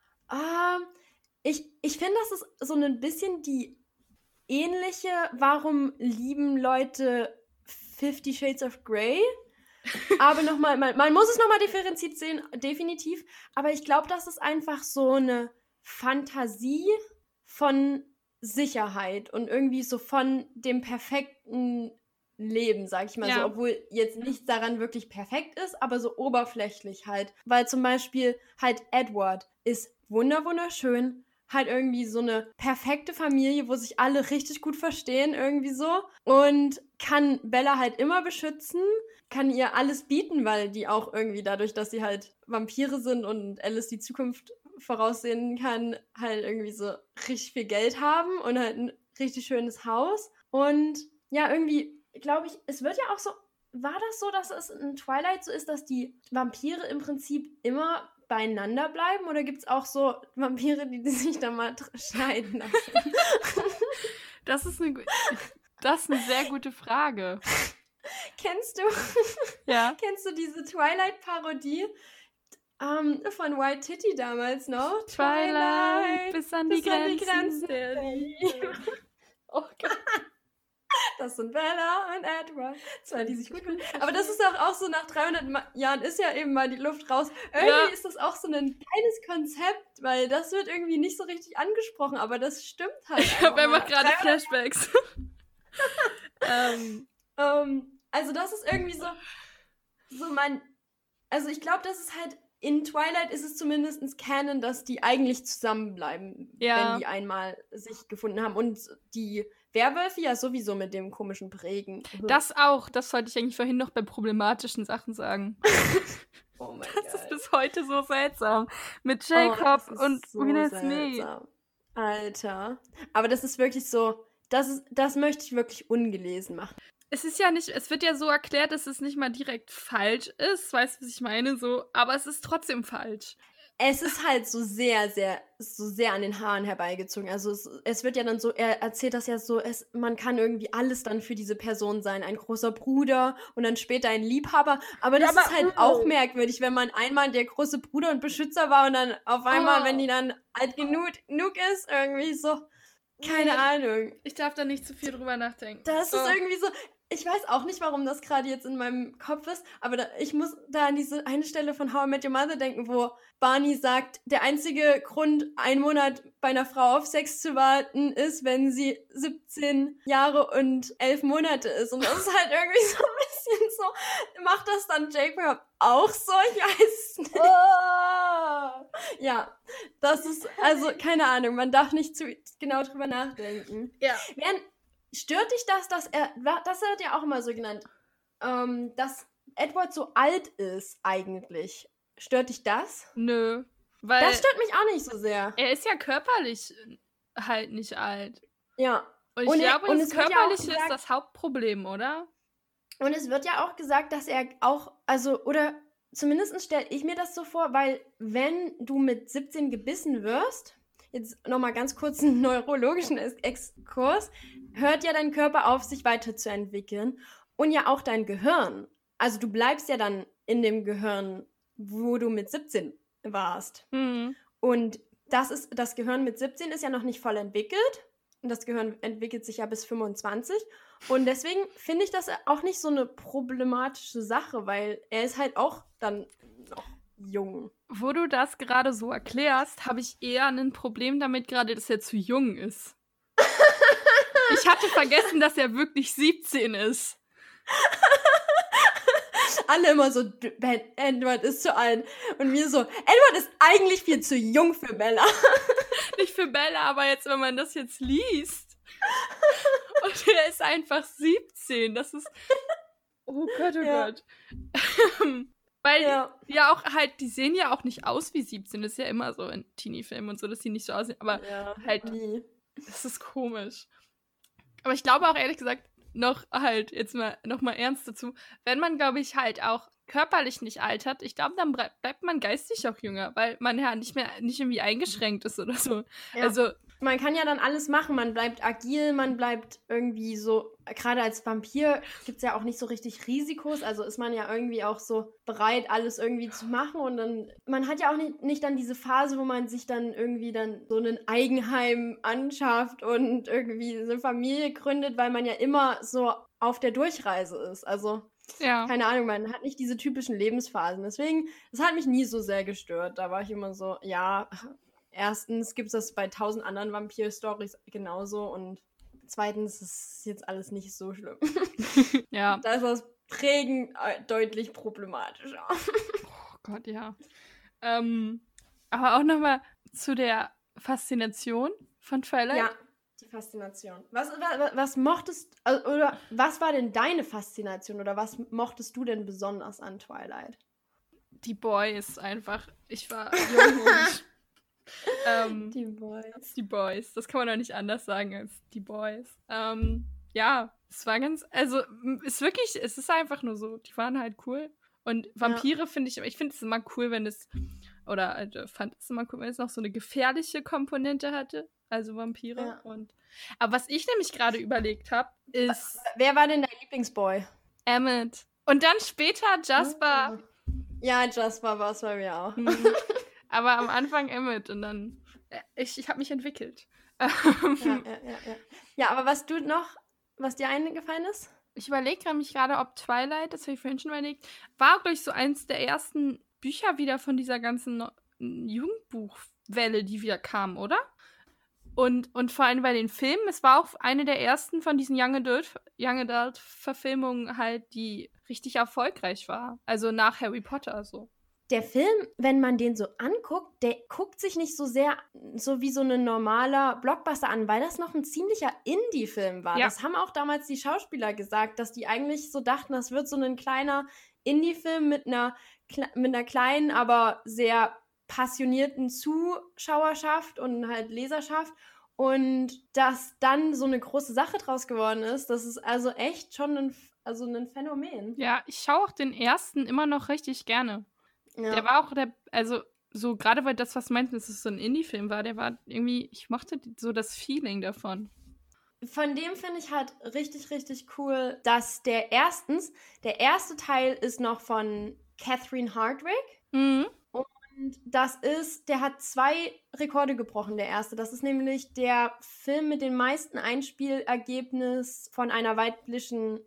B: ich finde, das ist so ein bisschen die ähnliche, warum lieben Leute 50 Shades of Grey? Aber nochmal, man muss es nochmal differenziert sehen, definitiv. Aber ich glaube, das ist einfach so eine Fantasie von Sicherheit und irgendwie so von dem perfekten Leben, sag ich mal so. Obwohl jetzt nichts daran wirklich perfekt ist, aber so oberflächlich halt. Weil zum Beispiel halt Edward ist wunderschön, halt irgendwie so eine perfekte Familie, wo sich alle richtig gut verstehen, irgendwie so. Und kann Bella halt immer beschützen, kann ihr alles bieten, weil die auch irgendwie dadurch, dass sie halt Vampire sind und Alice die Zukunft voraussehen kann, halt irgendwie so richtig viel Geld haben und halt ein richtig schönes Haus. Und ja, irgendwie glaube ich, es wird ja auch so, war das so, dass es in Twilight so ist, dass die Vampire im Prinzip immer beieinander bleiben? Oder gibt es auch so Vampire, die sich dann mal scheiden lassen?
A: Das ist eine sehr gute Frage.
B: Kennst du diese Twilight-Parodie von White Titty damals noch?
A: Twilight, bis an die Grenzen der Liebe.
B: Oh Gott. Das sind Bella und Edward. Zwei, die sich gut finden. Aber das ist auch so, nach 300 Jahren ist ja eben mal die Luft raus. Irgendwie ist das auch so ein kleines Konzept, weil das wird irgendwie nicht so richtig angesprochen, aber das stimmt halt.
A: Ich habe einfach gerade Flashbacks.
B: Also das ist irgendwie so also ich glaube, das ist halt, in Twilight ist es zumindest Canon, dass die eigentlich zusammenbleiben, wenn die einmal sich gefunden haben. Und die Werwölfe ja sowieso mit dem komischen Prägen.
A: Das auch. Das wollte ich eigentlich vorhin noch bei problematischen Sachen sagen.
B: Oh mein
A: Gott. Das ist bis heute so seltsam. Mit Jacob und Wheel's Me.
B: Alter. Aber das ist wirklich so, das möchte ich wirklich ungelesen machen.
A: Es ist ja nicht, es wird ja so erklärt, dass es nicht mal direkt falsch ist, weißt du, was ich meine? So, aber es ist trotzdem falsch.
B: Es ist halt so sehr an den Haaren herbeigezogen. Also es wird ja dann so, er erzählt das ja so, man kann irgendwie alles dann für diese Person sein. Ein großer Bruder und dann später ein Liebhaber. Aber das ist halt auch merkwürdig, wenn man einmal der große Bruder und Beschützer war und dann auf einmal, wenn die dann alt genug ist, irgendwie so, keine Ahnung.
A: Ich darf da nicht zu viel drüber nachdenken.
B: Das ist irgendwie so, ich weiß auch nicht, warum das gerade jetzt in meinem Kopf ist, aber ich muss da an diese eine Stelle von How I Met Your Mother denken, wo Barney sagt, der einzige Grund, 1 Monat bei einer Frau auf Sex zu warten, ist, wenn sie 17 Jahre und 11 Monate ist. Und das ist halt irgendwie so ein bisschen so, macht das dann Jacob auch so? Ich weiß nicht. Ja, das ist, also keine Ahnung, man darf nicht zu genau drüber nachdenken.
A: Ja.
B: Stört dich das wird ja auch immer so genannt, dass Edward so alt ist eigentlich. Stört dich das?
A: Nö. Weil
B: das stört mich auch nicht so sehr.
A: Er ist ja körperlich halt nicht alt.
B: Ja.
A: Und ich glaube, das Körperliche ist das Hauptproblem, oder?
B: Und es wird ja auch gesagt, dass er auch, also, oder zumindest stelle ich mir das so vor, weil wenn du mit 17 gebissen wirst, jetzt nochmal ganz kurz einen neurologischen Exkurs, hört ja dein Körper auf, sich weiterzuentwickeln und ja auch dein Gehirn. Also du bleibst ja dann in dem Gehirn, wo du mit 17 warst.
A: Mhm.
B: Und das Gehirn mit 17 ist ja noch nicht voll entwickelt. Und das Gehirn entwickelt sich ja bis 25. Und deswegen finde ich das auch nicht so eine problematische Sache, weil er ist halt auch dann noch jung.
A: Wo du das gerade so erklärst, habe ich eher ein Problem damit gerade, dass er zu jung ist. Ich hatte vergessen, dass er wirklich 17 ist.
B: Alle immer so, Edward ist zu alt. Und wir so, Edward ist eigentlich viel zu jung für Bella.
A: Nicht für Bella, aber jetzt, wenn man das jetzt liest. Und er ist einfach 17. Das ist... Oh Gott, oh Gott. Weil ja auch halt, die sehen ja auch nicht aus wie 17. Das ist ja immer so in Teenie-Filmen und so, dass die nicht so aussehen. Aber halt, das ist komisch. Aber ich glaube auch ehrlich gesagt, noch mal ernst dazu, wenn man, glaube ich, halt auch körperlich nicht altert, ich glaube, dann bleibt man geistig auch jünger, weil man ja nicht irgendwie eingeschränkt ist oder so.
B: Ja.
A: Also
B: man kann ja dann alles machen, man bleibt agil, man bleibt irgendwie so, gerade als Vampir gibt es ja auch nicht so richtig Risikos, also ist man ja irgendwie auch so bereit, alles irgendwie zu machen und dann, man hat ja auch nicht dann diese Phase, wo man sich dann irgendwie dann so ein Eigenheim anschafft und irgendwie eine Familie gründet, weil man ja immer so auf der Durchreise ist, also keine Ahnung, man hat nicht diese typischen Lebensphasen, deswegen, das hat mich nie so sehr gestört, da war ich immer so, erstens gibt es das bei 1000 anderen Vampir-Stories genauso und zweitens ist jetzt alles nicht so schlimm.
A: Ja.
B: Da ist das Prägen deutlich problematischer.
A: Oh Gott, ja. Aber auch nochmal zu der Faszination von Twilight?
B: Ja, die Faszination. Was mochtest, oder was war denn deine Faszination oder was mochtest du denn besonders an Twilight?
A: Die Boys einfach. Ich war jung und
B: Die Boys.
A: die Boys. Das kann man doch nicht anders sagen als die Boys. Ja, es war es ist einfach nur so, die waren halt cool. Und Vampire ich finde es immer cool, fand es immer cool, wenn es noch so eine gefährliche Komponente hatte. Also Vampire.
B: Ja.
A: Aber was ich nämlich gerade überlegt habe, ist
B: Wer war denn dein Lieblingsboy?
A: Emmett. Und dann später Jasper.
B: Ja, Jasper war es bei mir auch.
A: Aber am Anfang Emmett und dann ich habe mich entwickelt.
B: Ja, aber was dir eingefallen ist?
A: Ich überlege mich gerade, ob Twilight, das habe ich vorhin schon überlegt, war, glaube ich, so eins der ersten Bücher wieder von dieser ganzen Jugendbuchwelle, die wieder kam, oder? Und vor allem bei den Filmen, es war auch eine der ersten von diesen Young Adult Verfilmungen halt, die richtig erfolgreich war. Also nach Harry Potter so.
B: Der Film, wenn man den so anguckt, der guckt sich nicht so sehr so wie so ein normaler Blockbuster an, weil das noch ein ziemlicher Indie-Film war.
A: Ja.
B: Das haben auch damals die Schauspieler gesagt, dass die eigentlich so dachten, das wird so ein kleiner Indie-Film mit einer kleinen, aber sehr passionierten Zuschauerschaft und halt Leserschaft. Und dass dann so eine große Sache draus geworden ist, das ist also echt schon ein Phänomen.
A: Ja, ich schaue auch den ersten immer noch richtig gerne.
B: Ja.
A: Der war auch so gerade weil das, was du meinst, dass es so ein Indie-Film war, der war irgendwie, ich mochte so das Feeling davon.
B: Von dem finde ich halt richtig, richtig cool, dass der erste Teil ist noch von Catherine Hardwicke.
A: Mhm.
B: Und der hat 2 Rekorde gebrochen, der erste. Das ist nämlich der Film mit den meisten Einspielergebnis von einer weiblichen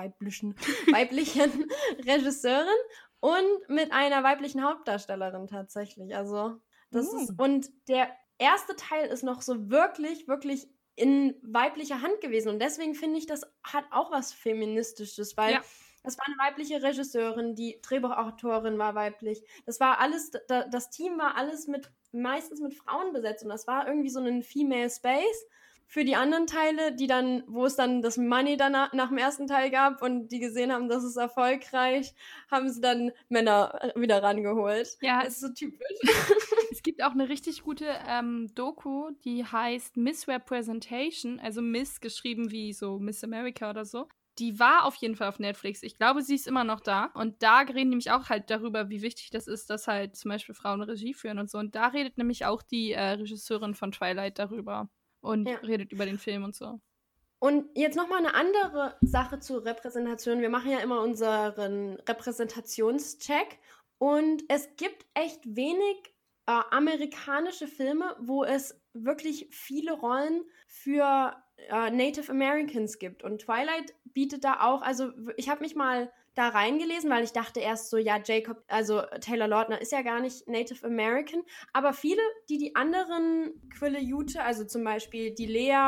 B: Regisseurin und mit einer weiblichen Hauptdarstellerin tatsächlich. Also, und der erste Teil ist noch so wirklich, wirklich in weiblicher Hand gewesen. Und deswegen finde ich, das hat auch was Feministisches, weil das war eine weibliche Regisseurin, die Drehbuchautorin war weiblich. Das war alles, das Team war alles meistens mit Frauen besetzt und das war irgendwie so ein Female Space. Für die anderen Teile, wo es dann das Money nach dem ersten Teil gab und die gesehen haben, das ist erfolgreich, haben sie dann Männer wieder rangeholt.
A: Ja,
B: das ist so typisch.
A: Es gibt auch eine richtig gute Doku, die heißt Misrepresentation, also Miss geschrieben wie so Miss America oder so. Die war auf jeden Fall auf Netflix. Ich glaube, sie ist immer noch da. Und da reden nämlich auch halt darüber, wie wichtig das ist, dass halt zum Beispiel Frauen Regie führen und so. Und da redet nämlich auch die Regisseurin von Twilight darüber. Und redet über den Film und so.
B: Und jetzt nochmal eine andere Sache zur Repräsentation. Wir machen ja immer unseren Repräsentationscheck. Und es gibt echt wenig amerikanische Filme, wo es wirklich viele Rollen für Native Americans gibt. Und Twilight bietet da auch, also ich habe mich mal da reingelesen, weil ich dachte erst so, ja, Taylor Lautner ist ja gar nicht Native American, aber viele, die anderen Quileute, also zum Beispiel die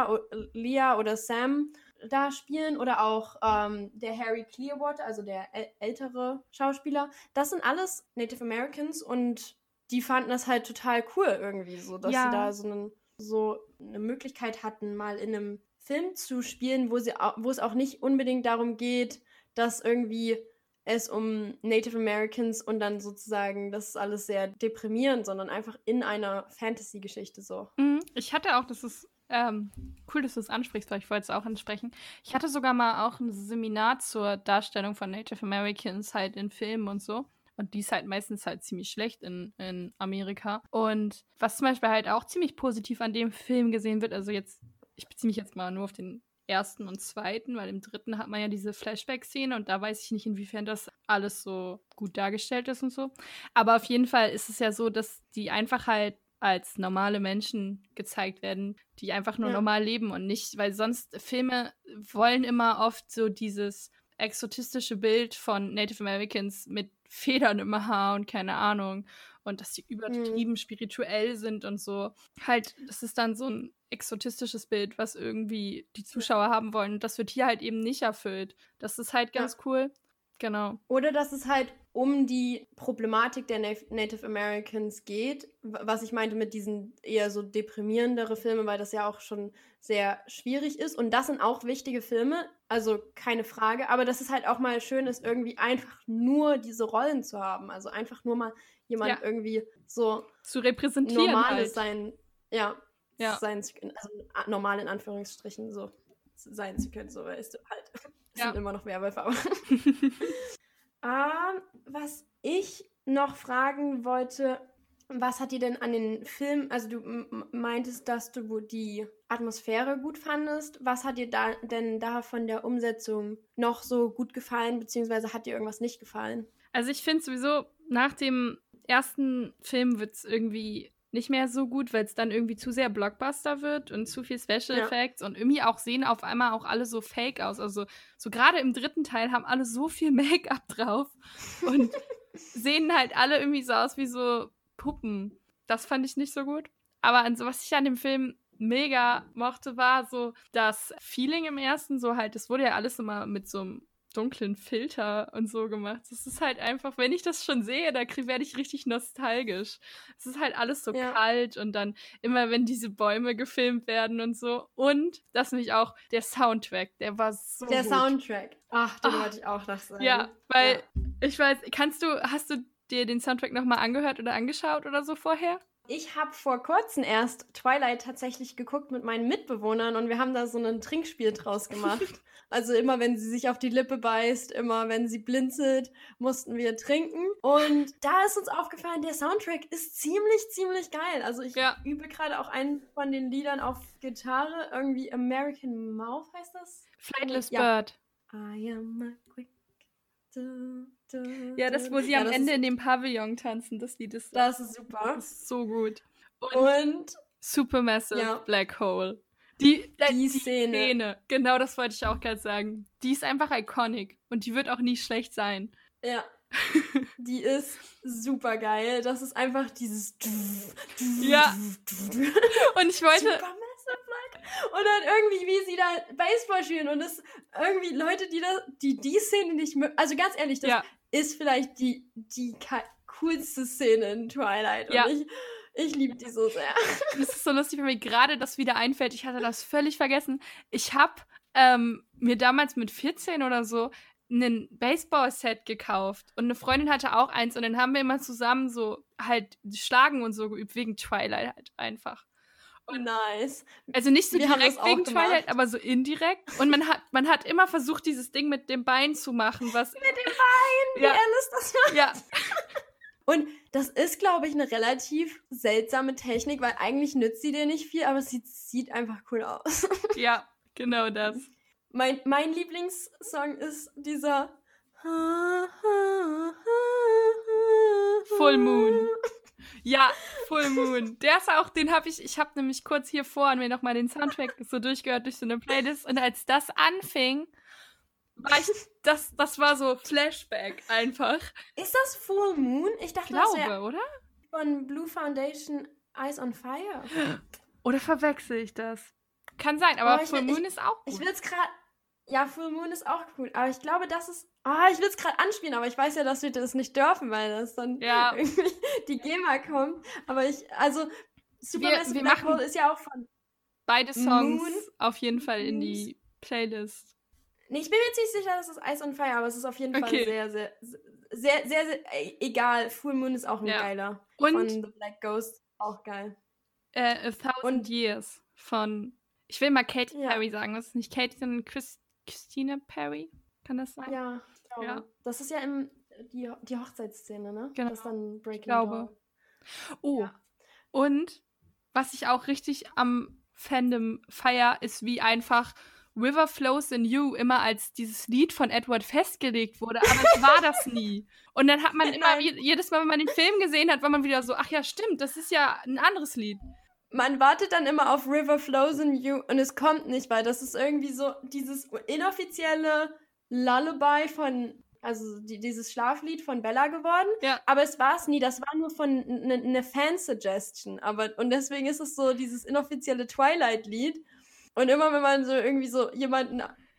B: Leah oder Sam da spielen oder auch der Harry Clearwater, also der ältere Schauspieler, das sind alles Native Americans und die fanden das halt total cool irgendwie, so dass sie da so eine Möglichkeit hatten, mal in einem Film zu spielen, wo es auch nicht unbedingt darum geht, dass irgendwie es um Native Americans und dann sozusagen, das ist alles sehr deprimierend, sondern einfach in einer Fantasy-Geschichte so.
A: Ich hatte auch, das ist cool, dass du es ansprichst, weil ich wollte es auch ansprechen. Ich hatte sogar mal auch ein Seminar zur Darstellung von Native Americans halt in Filmen und so. Und die ist halt meistens halt ziemlich schlecht in Amerika. Und was zum Beispiel halt auch ziemlich positiv an dem Film gesehen wird, also jetzt, ich beziehe mich jetzt mal nur auf den ersten und zweiten, weil im dritten hat man ja diese Flashback-Szene und da weiß ich nicht, inwiefern das alles so gut dargestellt ist und so. Aber auf jeden Fall ist es ja so, dass die einfach halt als normale Menschen gezeigt werden, die einfach nur normal leben und nicht, weil sonst Filme wollen immer oft so dieses exotistische Bild von Native Americans mit Federn im Haar und keine Ahnung und dass die übertrieben spirituell sind und so. Halt, das ist dann so ein exotistisches Bild, was irgendwie die Zuschauer haben wollen und das wird hier halt eben nicht erfüllt. Das ist halt ganz cool. Genau.
B: Oder dass es halt um die Problematik der Native Americans geht, was ich meinte mit diesen eher so deprimierendere Filme, weil das ja auch schon sehr schwierig ist. Und das sind auch wichtige Filme, also keine Frage. Aber dass es halt auch mal schön ist, irgendwie einfach nur diese Rollen zu haben. Also einfach nur mal jemand irgendwie so
A: zu repräsentieren
B: normales
A: halt.
B: sein zu können. Also normal in Anführungsstrichen so sein zu können. So weißt du halt. Das sind immer noch Werwölfe, aber... was ich noch fragen wollte, was hat dir denn an den Film, also du meintest, dass du die Atmosphäre gut fandest, was hat dir denn da von der Umsetzung noch so gut gefallen, beziehungsweise hat dir irgendwas nicht gefallen?
A: Also ich finde sowieso, nach dem ersten Film wird es irgendwie nicht mehr so gut, weil es dann irgendwie zu sehr Blockbuster wird und zu viel Special Effects und irgendwie auch sehen auf einmal auch alle so fake aus. Also so gerade im dritten Teil haben alle so viel Make-up drauf und sehen halt alle irgendwie so aus wie so Puppen. Das fand ich nicht so gut. Aber was ich an dem Film mega mochte, war so das Feeling im ersten, so halt, es wurde ja alles immer mit so einem dunklen Filter und so gemacht. Das ist halt einfach, wenn ich das schon sehe, da werde ich richtig nostalgisch. Es ist halt alles so kalt und dann immer, wenn diese Bäume gefilmt werden und so. Und das nämlich auch der Soundtrack, der war so
B: Der
A: gut.
B: Soundtrack. Ach, den wollte ich auch noch sagen.
A: Ja, weil ich weiß, hast du dir den Soundtrack nochmal angehört oder angeschaut oder so vorher?
B: Ich habe vor kurzem erst Twilight tatsächlich geguckt mit meinen Mitbewohnern und wir haben da so ein Trinkspiel draus gemacht. Also immer, wenn sie sich auf die Lippe beißt, immer, wenn sie blinzelt, mussten wir trinken. Und da ist uns aufgefallen, der Soundtrack ist ziemlich, ziemlich geil. Also ich übe gerade auch einen von den Liedern auf Gitarre. Irgendwie American Mouth heißt das?
A: Flightless Bird.
B: I am a quick...
A: Ja, das, wo sie am Ende in dem Pavillon tanzen, das Lied ist...
B: Das ist super.
A: Das ist so gut.
B: Und
A: Supermassive Black Hole. Die Szene. Genau, das wollte ich auch gerade sagen. Die ist einfach iconic und die wird auch nie schlecht sein.
B: Ja. Die ist super geil. Das ist einfach dieses...
A: Ja. Und ich wollte...
B: Und dann irgendwie, wie sie da Baseball spielen und das irgendwie Leute, die Szene nicht mögen. Also ganz ehrlich, das ist vielleicht die coolste Szene in Twilight. Und ich liebe die so sehr.
A: Das ist so lustig, wenn mir gerade das wieder einfällt. Ich hatte das völlig vergessen. Ich habe mir damals mit 14 oder so ein Baseball-Set gekauft und eine Freundin hatte auch eins und dann haben wir immer zusammen so halt Schlagen und so geübt, wegen Twilight halt einfach.
B: Und nice.
A: Also nicht so direkt wegen Twilight, aber so indirekt. Und man hat immer versucht, dieses Ding mit dem Bein zu machen. Mit dem
B: Bein, wie Alice das macht.
A: Ja.
B: Und das ist, glaube ich, eine relativ seltsame Technik, weil eigentlich nützt sie dir nicht viel, aber es sieht einfach cool aus.
A: Ja, genau das.
B: Mein Lieblingssong ist dieser
A: Full Moon. Ja, Full Moon. Der ist auch, ich habe nämlich kurz hier vorhin mir nochmal den Soundtrack so durchgehört durch so eine Playlist und als das anfing, war das war so Flashback einfach.
B: Ist das Full Moon? Ich dachte,
A: das
B: wäre
A: oder?
B: Von Blue Foundation Eyes on Fire.
A: Oder verwechsel ich das? Kann sein, aber Full Moon ist auch gut.
B: Ich will es gerade... Ja, Full Moon ist auch cool, aber ich glaube, das ist... ich will es gerade anspielen, aber ich weiß ja, dass wir das nicht dürfen, weil das dann irgendwie die GEMA kommt. Aber Supermassive Black Hole ist ja auch von
A: beide Songs Moon. Auf jeden Fall in die Playlist.
B: Nee, ich bin mir jetzt nicht sicher, dass es Ice on Fire, aber es ist auf jeden Fall sehr, sehr, sehr, sehr, sehr egal. Full Moon ist auch ein geiler. Und von The Black Ghost auch geil.
A: A Thousand Years von... Ich will mal Katy Perry sagen. Das ist nicht Katy, sondern Christina Perry. Kann das sein?
B: Ja, ich glaube. Ja. Das ist ja die Hochzeitsszene, ne?
A: Genau.
B: Das ist dann Breaking
A: Dawn. Oh. Und was ich auch richtig am Fandom feier, ist, wie einfach River Flows in You immer als dieses Lied von Edward festgelegt wurde. Aber es war das nie. Und dann hat man immer, jedes Mal, wenn man den Film gesehen hat, war man wieder so, ach ja, stimmt, das ist ja ein anderes Lied.
B: Man wartet dann immer auf River Flows in You und es kommt nicht, weil das ist irgendwie so dieses inoffizielle Lullaby dieses Schlaflied von Bella geworden.
A: Ja.
B: Aber es war es nie, das war nur von eine Fan-Suggestion. Und deswegen ist es so dieses inoffizielle Twilight-Lied. Und immer wenn man so irgendwie so jemanden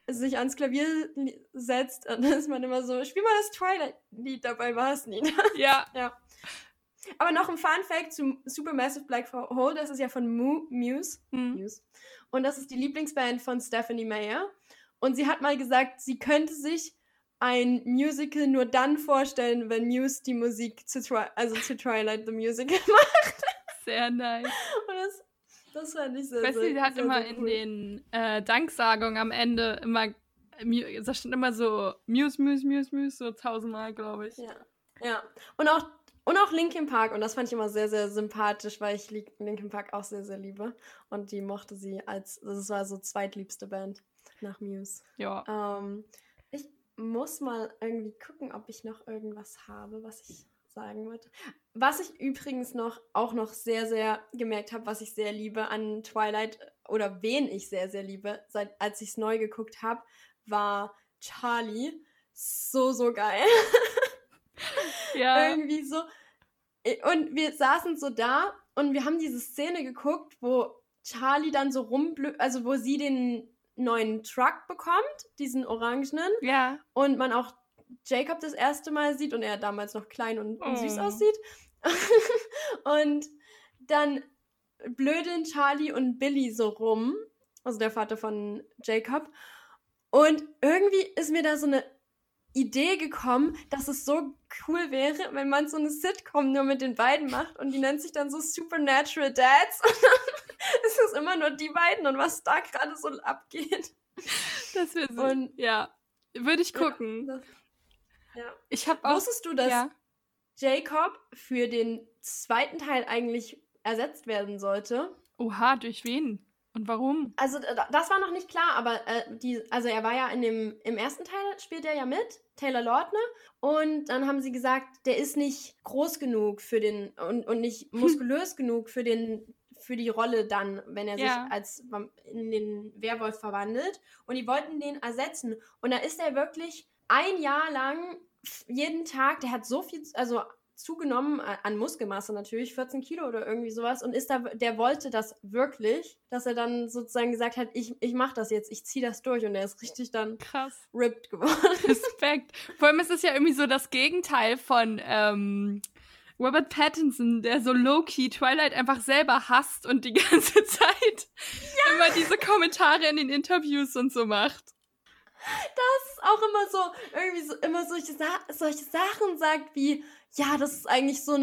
B: sich ans Klavier setzt, dann ist man immer so, spiel mal das Twilight-Lied, dabei war es nie.
A: Ja.
B: Ja. Aber noch ein Fun-Fact zu Supermassive Black Hole, das ist ja von Muse. Muse. Und das ist die Lieblingsband von Stephanie Meyer. Und sie hat mal gesagt, sie könnte sich ein Musical nur dann vorstellen, wenn Muse die Musik zu Twilight the Musical macht.
A: Sehr nice.
B: Und das fand ich sehr,
A: weißt du, sie hat
B: sehr,
A: immer
B: sehr
A: in
B: cool.
A: den Danksagungen am Ende immer, da stand immer so Muse, Muse, Muse, Muse, so 1000-mal, glaube ich.
B: Ja. Und auch Linkin Park. Und das fand ich immer sehr, sehr sympathisch, weil ich Linkin Park auch sehr, sehr liebe. Und die mochte sie das war so zweitliebste Band nach Muse.
A: Ja.
B: Ich muss mal irgendwie gucken, ob ich noch irgendwas habe, was ich sagen wollte. Was ich übrigens auch noch sehr, sehr gemerkt habe, was ich sehr liebe an Twilight oder wen ich sehr, sehr liebe, als ich es neu geguckt habe, war Charlie. So, so geil.
A: Ja.
B: Irgendwie so. Und wir saßen so da und wir haben diese Szene geguckt, wo Charlie dann so also wo sie den neuen Truck bekommt, diesen orangenen.
A: Ja.
B: Und man auch Jacob das erste Mal sieht und er damals noch klein und süß aussieht. Und dann blödeln Charlie und Billy so rum, also der Vater von Jacob. Und irgendwie ist mir da so eine Idee gekommen, dass es so cool wäre, wenn man so eine Sitcom nur mit den beiden macht und die nennt sich dann so Supernatural Dads und dann ist es immer nur die beiden und was da gerade so abgeht.
A: Das wäre so. Und ja, würde ich gucken.
B: Ja.
A: Ich habe auch.
B: Wusstest du, dass Jacob für den zweiten Teil eigentlich ersetzt werden sollte?
A: Oha, durch wen? Und warum?
B: Also das war noch nicht klar, aber also er war ja im ersten Teil spielt er ja mit, Taylor Lautner, und dann haben sie gesagt, der ist nicht groß genug für den und nicht muskulös genug für die Rolle dann, wenn er sich in den Werwolf verwandelt, und die wollten den ersetzen und da ist er wirklich ein Jahr lang jeden Tag, der hat so viel, also zugenommen an Muskelmasse natürlich, 14 Kilo oder irgendwie sowas, und der wollte das wirklich, dass er dann sozusagen gesagt hat, ich mach das jetzt, ich zieh das durch, und er ist richtig dann
A: krass
B: ripped geworden.
A: Respekt. Vor allem ist es ja irgendwie so das Gegenteil von Robert Pattinson, der so low-key Twilight einfach selber hasst und die ganze Zeit immer diese Kommentare in den Interviews und so macht.
B: Das ist auch immer so, irgendwie so, immer solche Sachen sagt wie, ja, das ist eigentlich so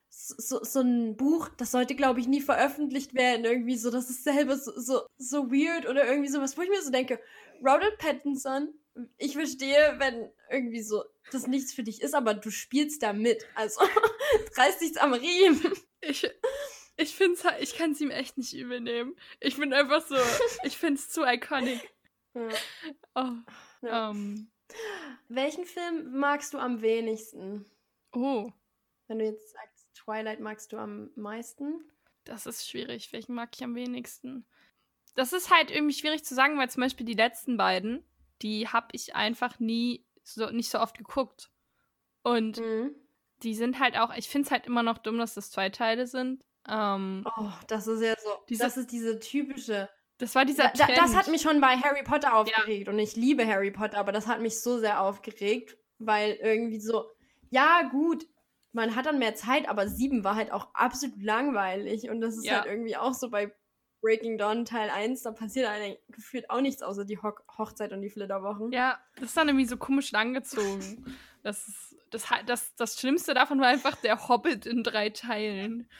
B: ein Buch, das sollte, glaube ich, nie veröffentlicht werden, irgendwie so, das ist selber so weird oder irgendwie sowas, wo ich mir so denke, Robert Pattinson, ich verstehe, wenn irgendwie so das nichts für dich ist, aber du spielst da mit, also reiß dich's am Riemen.
A: Ich find's halt, ich kann es ihm echt nicht übel nehmen. Ich bin einfach so, ich find's zu iconic.
B: Ja.
A: Oh.
B: Ja. Welchen Film magst du am wenigsten?
A: Oh.
B: Wenn du jetzt sagst, Twilight magst du am meisten?
A: Das ist schwierig. Welchen mag ich am wenigsten? Das ist halt irgendwie schwierig zu sagen, weil zum Beispiel die letzten beiden, die habe ich einfach nicht so oft geguckt. Und die sind halt auch, ich finde es halt immer noch dumm, dass das 2 Teile sind.
B: Das ist ja so, das ist diese typische...
A: Das war dieser Trend.
B: Das hat mich schon bei Harry Potter aufgeregt. Ja. Und ich liebe Harry Potter, aber das hat mich so sehr aufgeregt, weil irgendwie so, ja gut, man hat dann mehr Zeit, aber 7 war halt auch absolut langweilig. Und das ist halt irgendwie auch so bei Breaking Dawn Teil 1, da passiert eigentlich gefühlt auch nichts außer die Hochzeit und die Flitterwochen.
A: Ja, das ist dann irgendwie so komisch langgezogen. Das Schlimmste davon war einfach der Hobbit in 3 Teilen.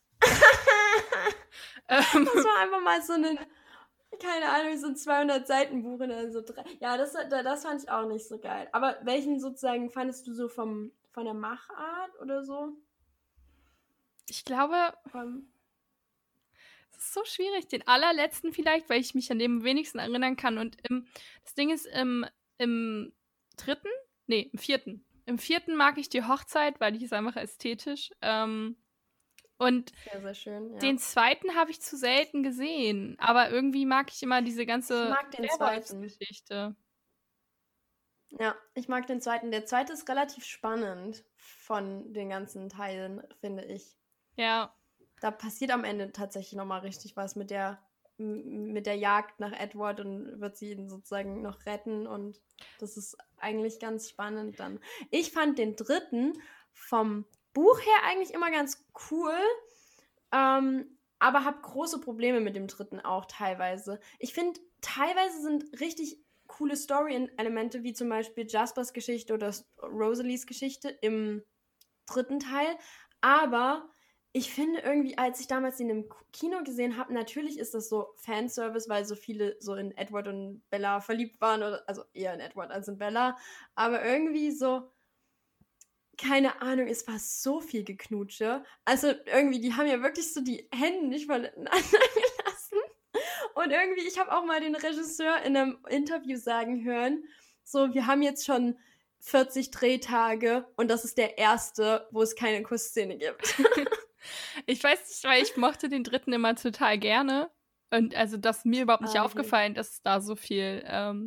B: Das war einfach mal so eine... Keine Ahnung, so ein 200-Seiten-Buch in so 3. Ja, das fand ich auch nicht so geil. Aber welchen sozusagen fandest du so von der Machart oder so?
A: Ich glaube, es ist so schwierig. Den allerletzten vielleicht, weil ich mich an dem am wenigsten erinnern kann. Und das Ding ist, im 4. Im 4. mag ich die Hochzeit, weil die ist einfach ästhetisch. Und
B: sehr, sehr schön, ja.
A: Den 2. habe ich zu selten gesehen. Aber irgendwie mag ich immer diese ganze
B: Ich mag den 2.
A: Geschichte.
B: Ja, ich mag den 2. Der 2. ist relativ spannend von den ganzen Teilen, finde ich.
A: Ja.
B: Da passiert am Ende tatsächlich nochmal richtig was mit der mit der Jagd nach Edward und wird sie ihn sozusagen noch retten und das ist eigentlich ganz spannend dann. Ich fand den dritten vom Buch her eigentlich immer ganz cool, aber habe große Probleme mit dem dritten auch teilweise. Ich finde, teilweise sind richtig coole Story-Elemente, wie zum Beispiel Jaspers Geschichte oder Rosalies Geschichte im dritten Teil, aber ich finde irgendwie, als ich damals ihn im Kino gesehen habe, natürlich ist das so Fanservice, weil so viele so in Edward und Bella verliebt waren, also eher in Edward als in Bella, aber irgendwie so, keine Ahnung, es war so viel Geknutsche. Also irgendwie, die haben ja wirklich so die Hände nicht voneinander gelassen. Und irgendwie, ich habe auch mal den Regisseur in einem Interview sagen hören, so, wir haben jetzt schon 40 Drehtage und das ist der erste, wo es keine Kussszene gibt.
A: Ich weiß nicht, weil ich mochte den dritten immer total gerne. Und also, das ist mir überhaupt nicht aufgefallen, dass da so viel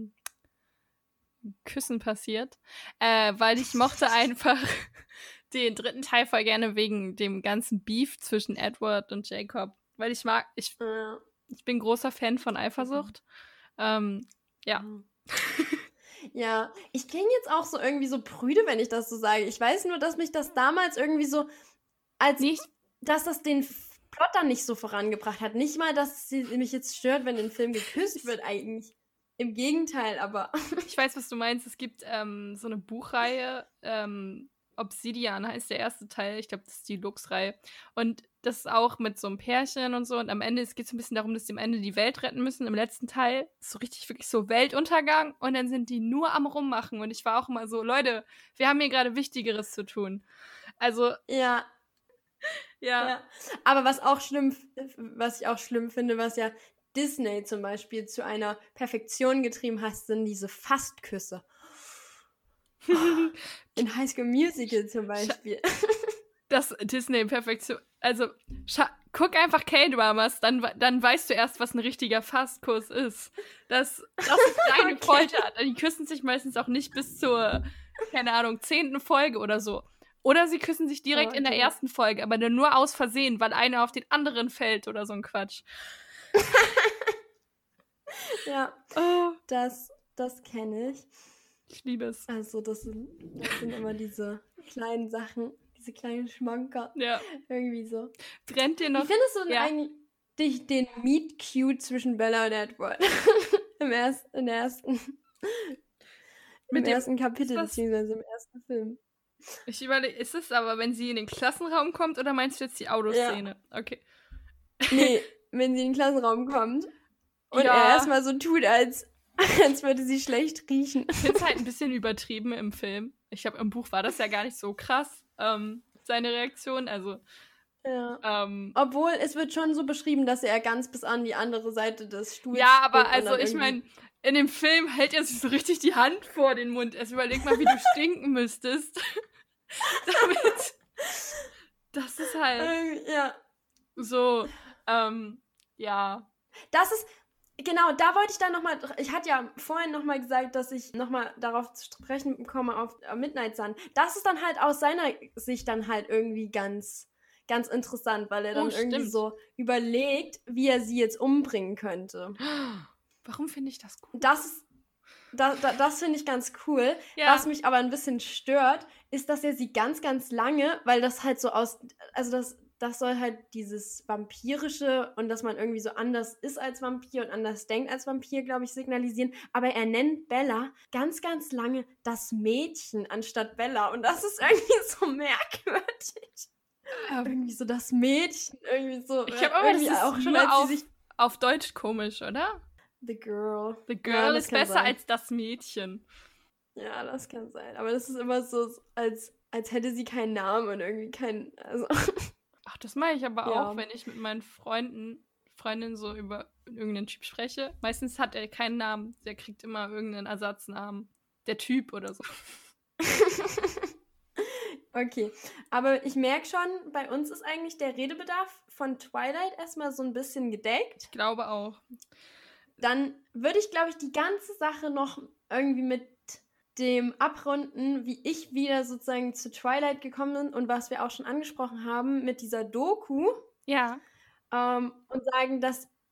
A: Küssen passiert. Weil ich mochte einfach den dritten Teil voll gerne wegen dem ganzen Beef zwischen Edward und Jacob. Weil ich bin großer Fan von Eifersucht. Ja.
B: Ja, ich klinge jetzt auch so irgendwie so prüde, wenn ich das so sage. Ich weiß nur, dass mich das damals irgendwie so, dass das den Plot dann nicht so vorangebracht hat. Nicht mal, dass sie mich jetzt stört, wenn im Film geküsst wird eigentlich. Im Gegenteil, aber...
A: Ich weiß, was du meinst. Es gibt so eine Buchreihe, Obsidian heißt der erste Teil. Ich glaube, das ist die Lux-Reihe. Und das ist auch mit so einem Pärchen und so. Und am Ende, es geht so ein bisschen darum, dass die am Ende die Welt retten müssen. Im letzten Teil ist so richtig, wirklich so Weltuntergang. Und dann sind die nur am Rummachen. Und ich war auch immer so, Leute, wir haben hier gerade Wichtigeres zu tun. Also... Ja.
B: Aber was ich auch schlimm finde, was ja Disney zum Beispiel zu einer Perfektion getrieben hat, sind diese Fastküsse. In High School Musical zum Beispiel.
A: Das Disney-Perfektion. Also, guck einfach K-Dramas, dann weißt du erst, was ein richtiger Fastkuss ist. Das ist reine Folter. Die küssen sich meistens auch nicht bis zur, keine Ahnung, 10. Folge oder so. Oder sie küssen sich direkt in der ersten Folge, aber dann nur aus Versehen, weil einer auf den anderen fällt oder so ein Quatsch.
B: Ja, das kenne ich.
A: Ich liebe es.
B: Also das sind immer diese kleinen Sachen, diese kleinen Schmanker.
A: Ja.
B: Irgendwie so.
A: Brennt dir noch...
B: Wie findest du denn eigentlich den Meet-Cute zwischen Bella und Edward? Im ersten Kapitel, beziehungsweise im ersten Film.
A: Ich überlege, ist es aber, wenn sie in den Klassenraum kommt, oder meinst du jetzt die Autoszene? Ja. Okay.
B: Nee, wenn sie in den Klassenraum kommt und er erstmal so tut, als würde sie schlecht riechen.
A: Ich finde es halt ein bisschen übertrieben im Film. Ich glaube, im Buch war das ja gar nicht so krass, seine Reaktion. Also.
B: Ja. Obwohl, es wird schon so beschrieben, dass er ganz bis an die andere Seite des Stuhls.
A: Ja, aber also ich meine, in dem Film hält er sich so richtig die Hand vor den Mund. Also überleg mal, wie du stinken müsstest. Damit. Das ist halt.
B: Ja.
A: So, ja.
B: Das ist. Genau, da wollte ich dann nochmal, ich hatte ja vorhin nochmal gesagt, dass ich nochmal darauf zu sprechen komme auf Midnight Sun. Das ist dann halt aus seiner Sicht dann halt irgendwie ganz, ganz interessant, weil er dann irgendwie so überlegt, wie er sie jetzt umbringen könnte.
A: Warum finde ich das cool?
B: Das finde ich ganz cool. Ja. Was mich aber ein bisschen stört, ist, dass er sie ganz, ganz lange, weil das halt so das soll halt dieses Vampirische und dass man irgendwie so anders ist als Vampir und anders denkt als Vampir, glaube ich, signalisieren. Aber er nennt Bella ganz, ganz lange das Mädchen anstatt Bella. Und das ist irgendwie so merkwürdig. Irgendwie so das Mädchen. Irgendwie so.
A: Ich habe aber das ist auch schon auf Deutsch komisch, oder?
B: The Girl.
A: The Girl ist besser als das Mädchen.
B: Ja, das kann sein. Aber das ist immer so, als hätte sie keinen Namen und irgendwie keinen. Also.
A: Ach, das mache ich aber auch, wenn ich mit meinen Freundinnen so über irgendeinen Typ spreche. Meistens hat er keinen Namen. Der kriegt immer irgendeinen Ersatznamen. Der Typ oder so.
B: Okay, aber ich merke schon, bei uns ist eigentlich der Redebedarf von Twilight erstmal so ein bisschen gedeckt.
A: Ich glaube auch.
B: Dann würde ich, glaube ich, die ganze Sache noch irgendwie mit dem abrunden, wie ich wieder sozusagen zu Twilight gekommen bin und was wir auch schon angesprochen haben mit dieser Doku.
A: Ja.
B: Und sagen, dass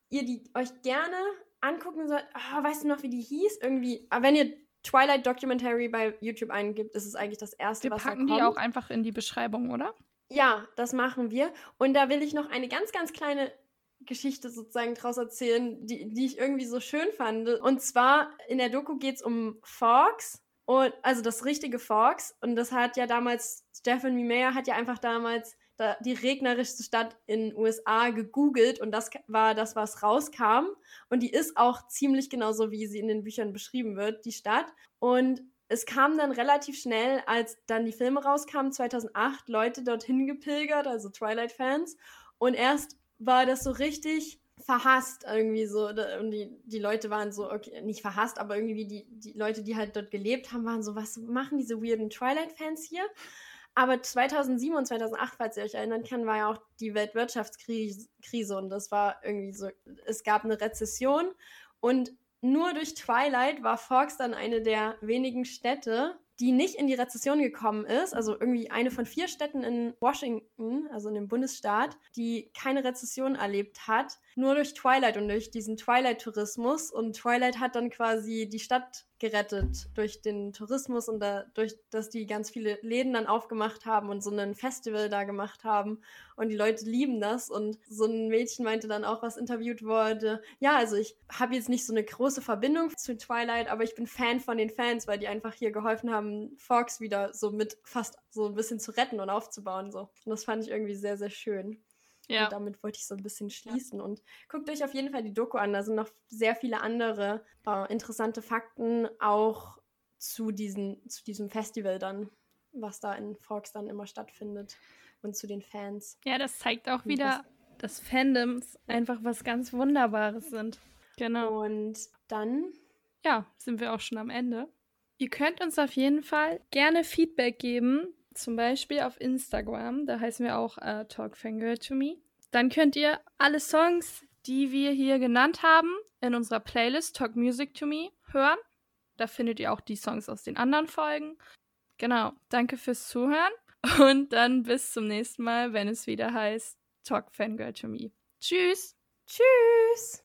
B: ihr die euch gerne angucken sollt. Oh, weißt du noch, wie die hieß? Irgendwie, aber wenn ihr Twilight Documentary bei YouTube eingibt, ist es eigentlich das erste, was da kommt.
A: Wir packen die auch einfach in die Beschreibung, oder?
B: Ja, das machen wir. Und da will ich noch eine ganz, ganz kleine Geschichte sozusagen draus erzählen, die ich irgendwie so schön fand. Und zwar in der Doku geht es um Fawkes, also das richtige Fawkes. Und das hat ja damals, Stephanie Meyer hat ja einfach damals die regnerischste Stadt in den USA gegoogelt und das war das, was rauskam. Und die ist auch ziemlich genauso, wie sie in den Büchern beschrieben wird, die Stadt. Und es kam dann relativ schnell, als dann die Filme rauskamen, 2008, Leute dorthin gepilgert, also Twilight-Fans. Und erst war das so richtig verhasst irgendwie so. Und die Leute waren so, okay, nicht verhasst, aber irgendwie die Leute, die halt dort gelebt haben, waren so, was machen diese weirden Twilight-Fans hier? Aber 2007 und 2008, falls ihr euch erinnern kann, war ja auch die Weltwirtschaftskrise und das war irgendwie so, es gab eine Rezession und nur durch Twilight war Fawkes dann eine der wenigen Städte, die nicht in die Rezession gekommen ist, also irgendwie eine von 4 Städten in Washington, also in dem Bundesstaat, die keine Rezession erlebt hat, nur durch Twilight und durch diesen Twilight-Tourismus. Und Twilight hat dann quasi die Stadt gerettet durch den Tourismus und dadurch, dass die ganz viele Läden dann aufgemacht haben und so ein Festival da gemacht haben. Und die Leute lieben das. Und so ein Mädchen meinte dann auch, was interviewt wurde, ja, also ich habe jetzt nicht so eine große Verbindung zu Twilight, aber ich bin Fan von den Fans, weil die einfach hier geholfen haben, Fawkes wieder so mit fast so ein bisschen zu retten und aufzubauen. So. Und das fand ich irgendwie sehr, sehr schön. Ja. Und damit wollte ich so ein bisschen schließen. Ja. Und guckt euch auf jeden Fall die Doku an. Da sind noch sehr viele andere interessante Fakten auch zu diesem Festival dann, was da in Fawkes dann immer stattfindet. Und zu den Fans.
A: Ja, das zeigt auch wieder, dass Fandoms einfach was ganz Wunderbares sind. Genau.
B: Und dann
A: sind wir auch schon am Ende. Ihr könnt uns auf jeden Fall gerne Feedback geben, zum Beispiel auf Instagram, da heißen wir auch Talk Fangirl to Me. Dann könnt ihr alle Songs, die wir hier genannt haben, in unserer Playlist Talk Music to Me hören. Da findet ihr auch die Songs aus den anderen Folgen. Genau, danke fürs Zuhören und dann bis zum nächsten Mal, wenn es wieder heißt Talk Fangirl to Me. Tschüss!
B: Tschüss!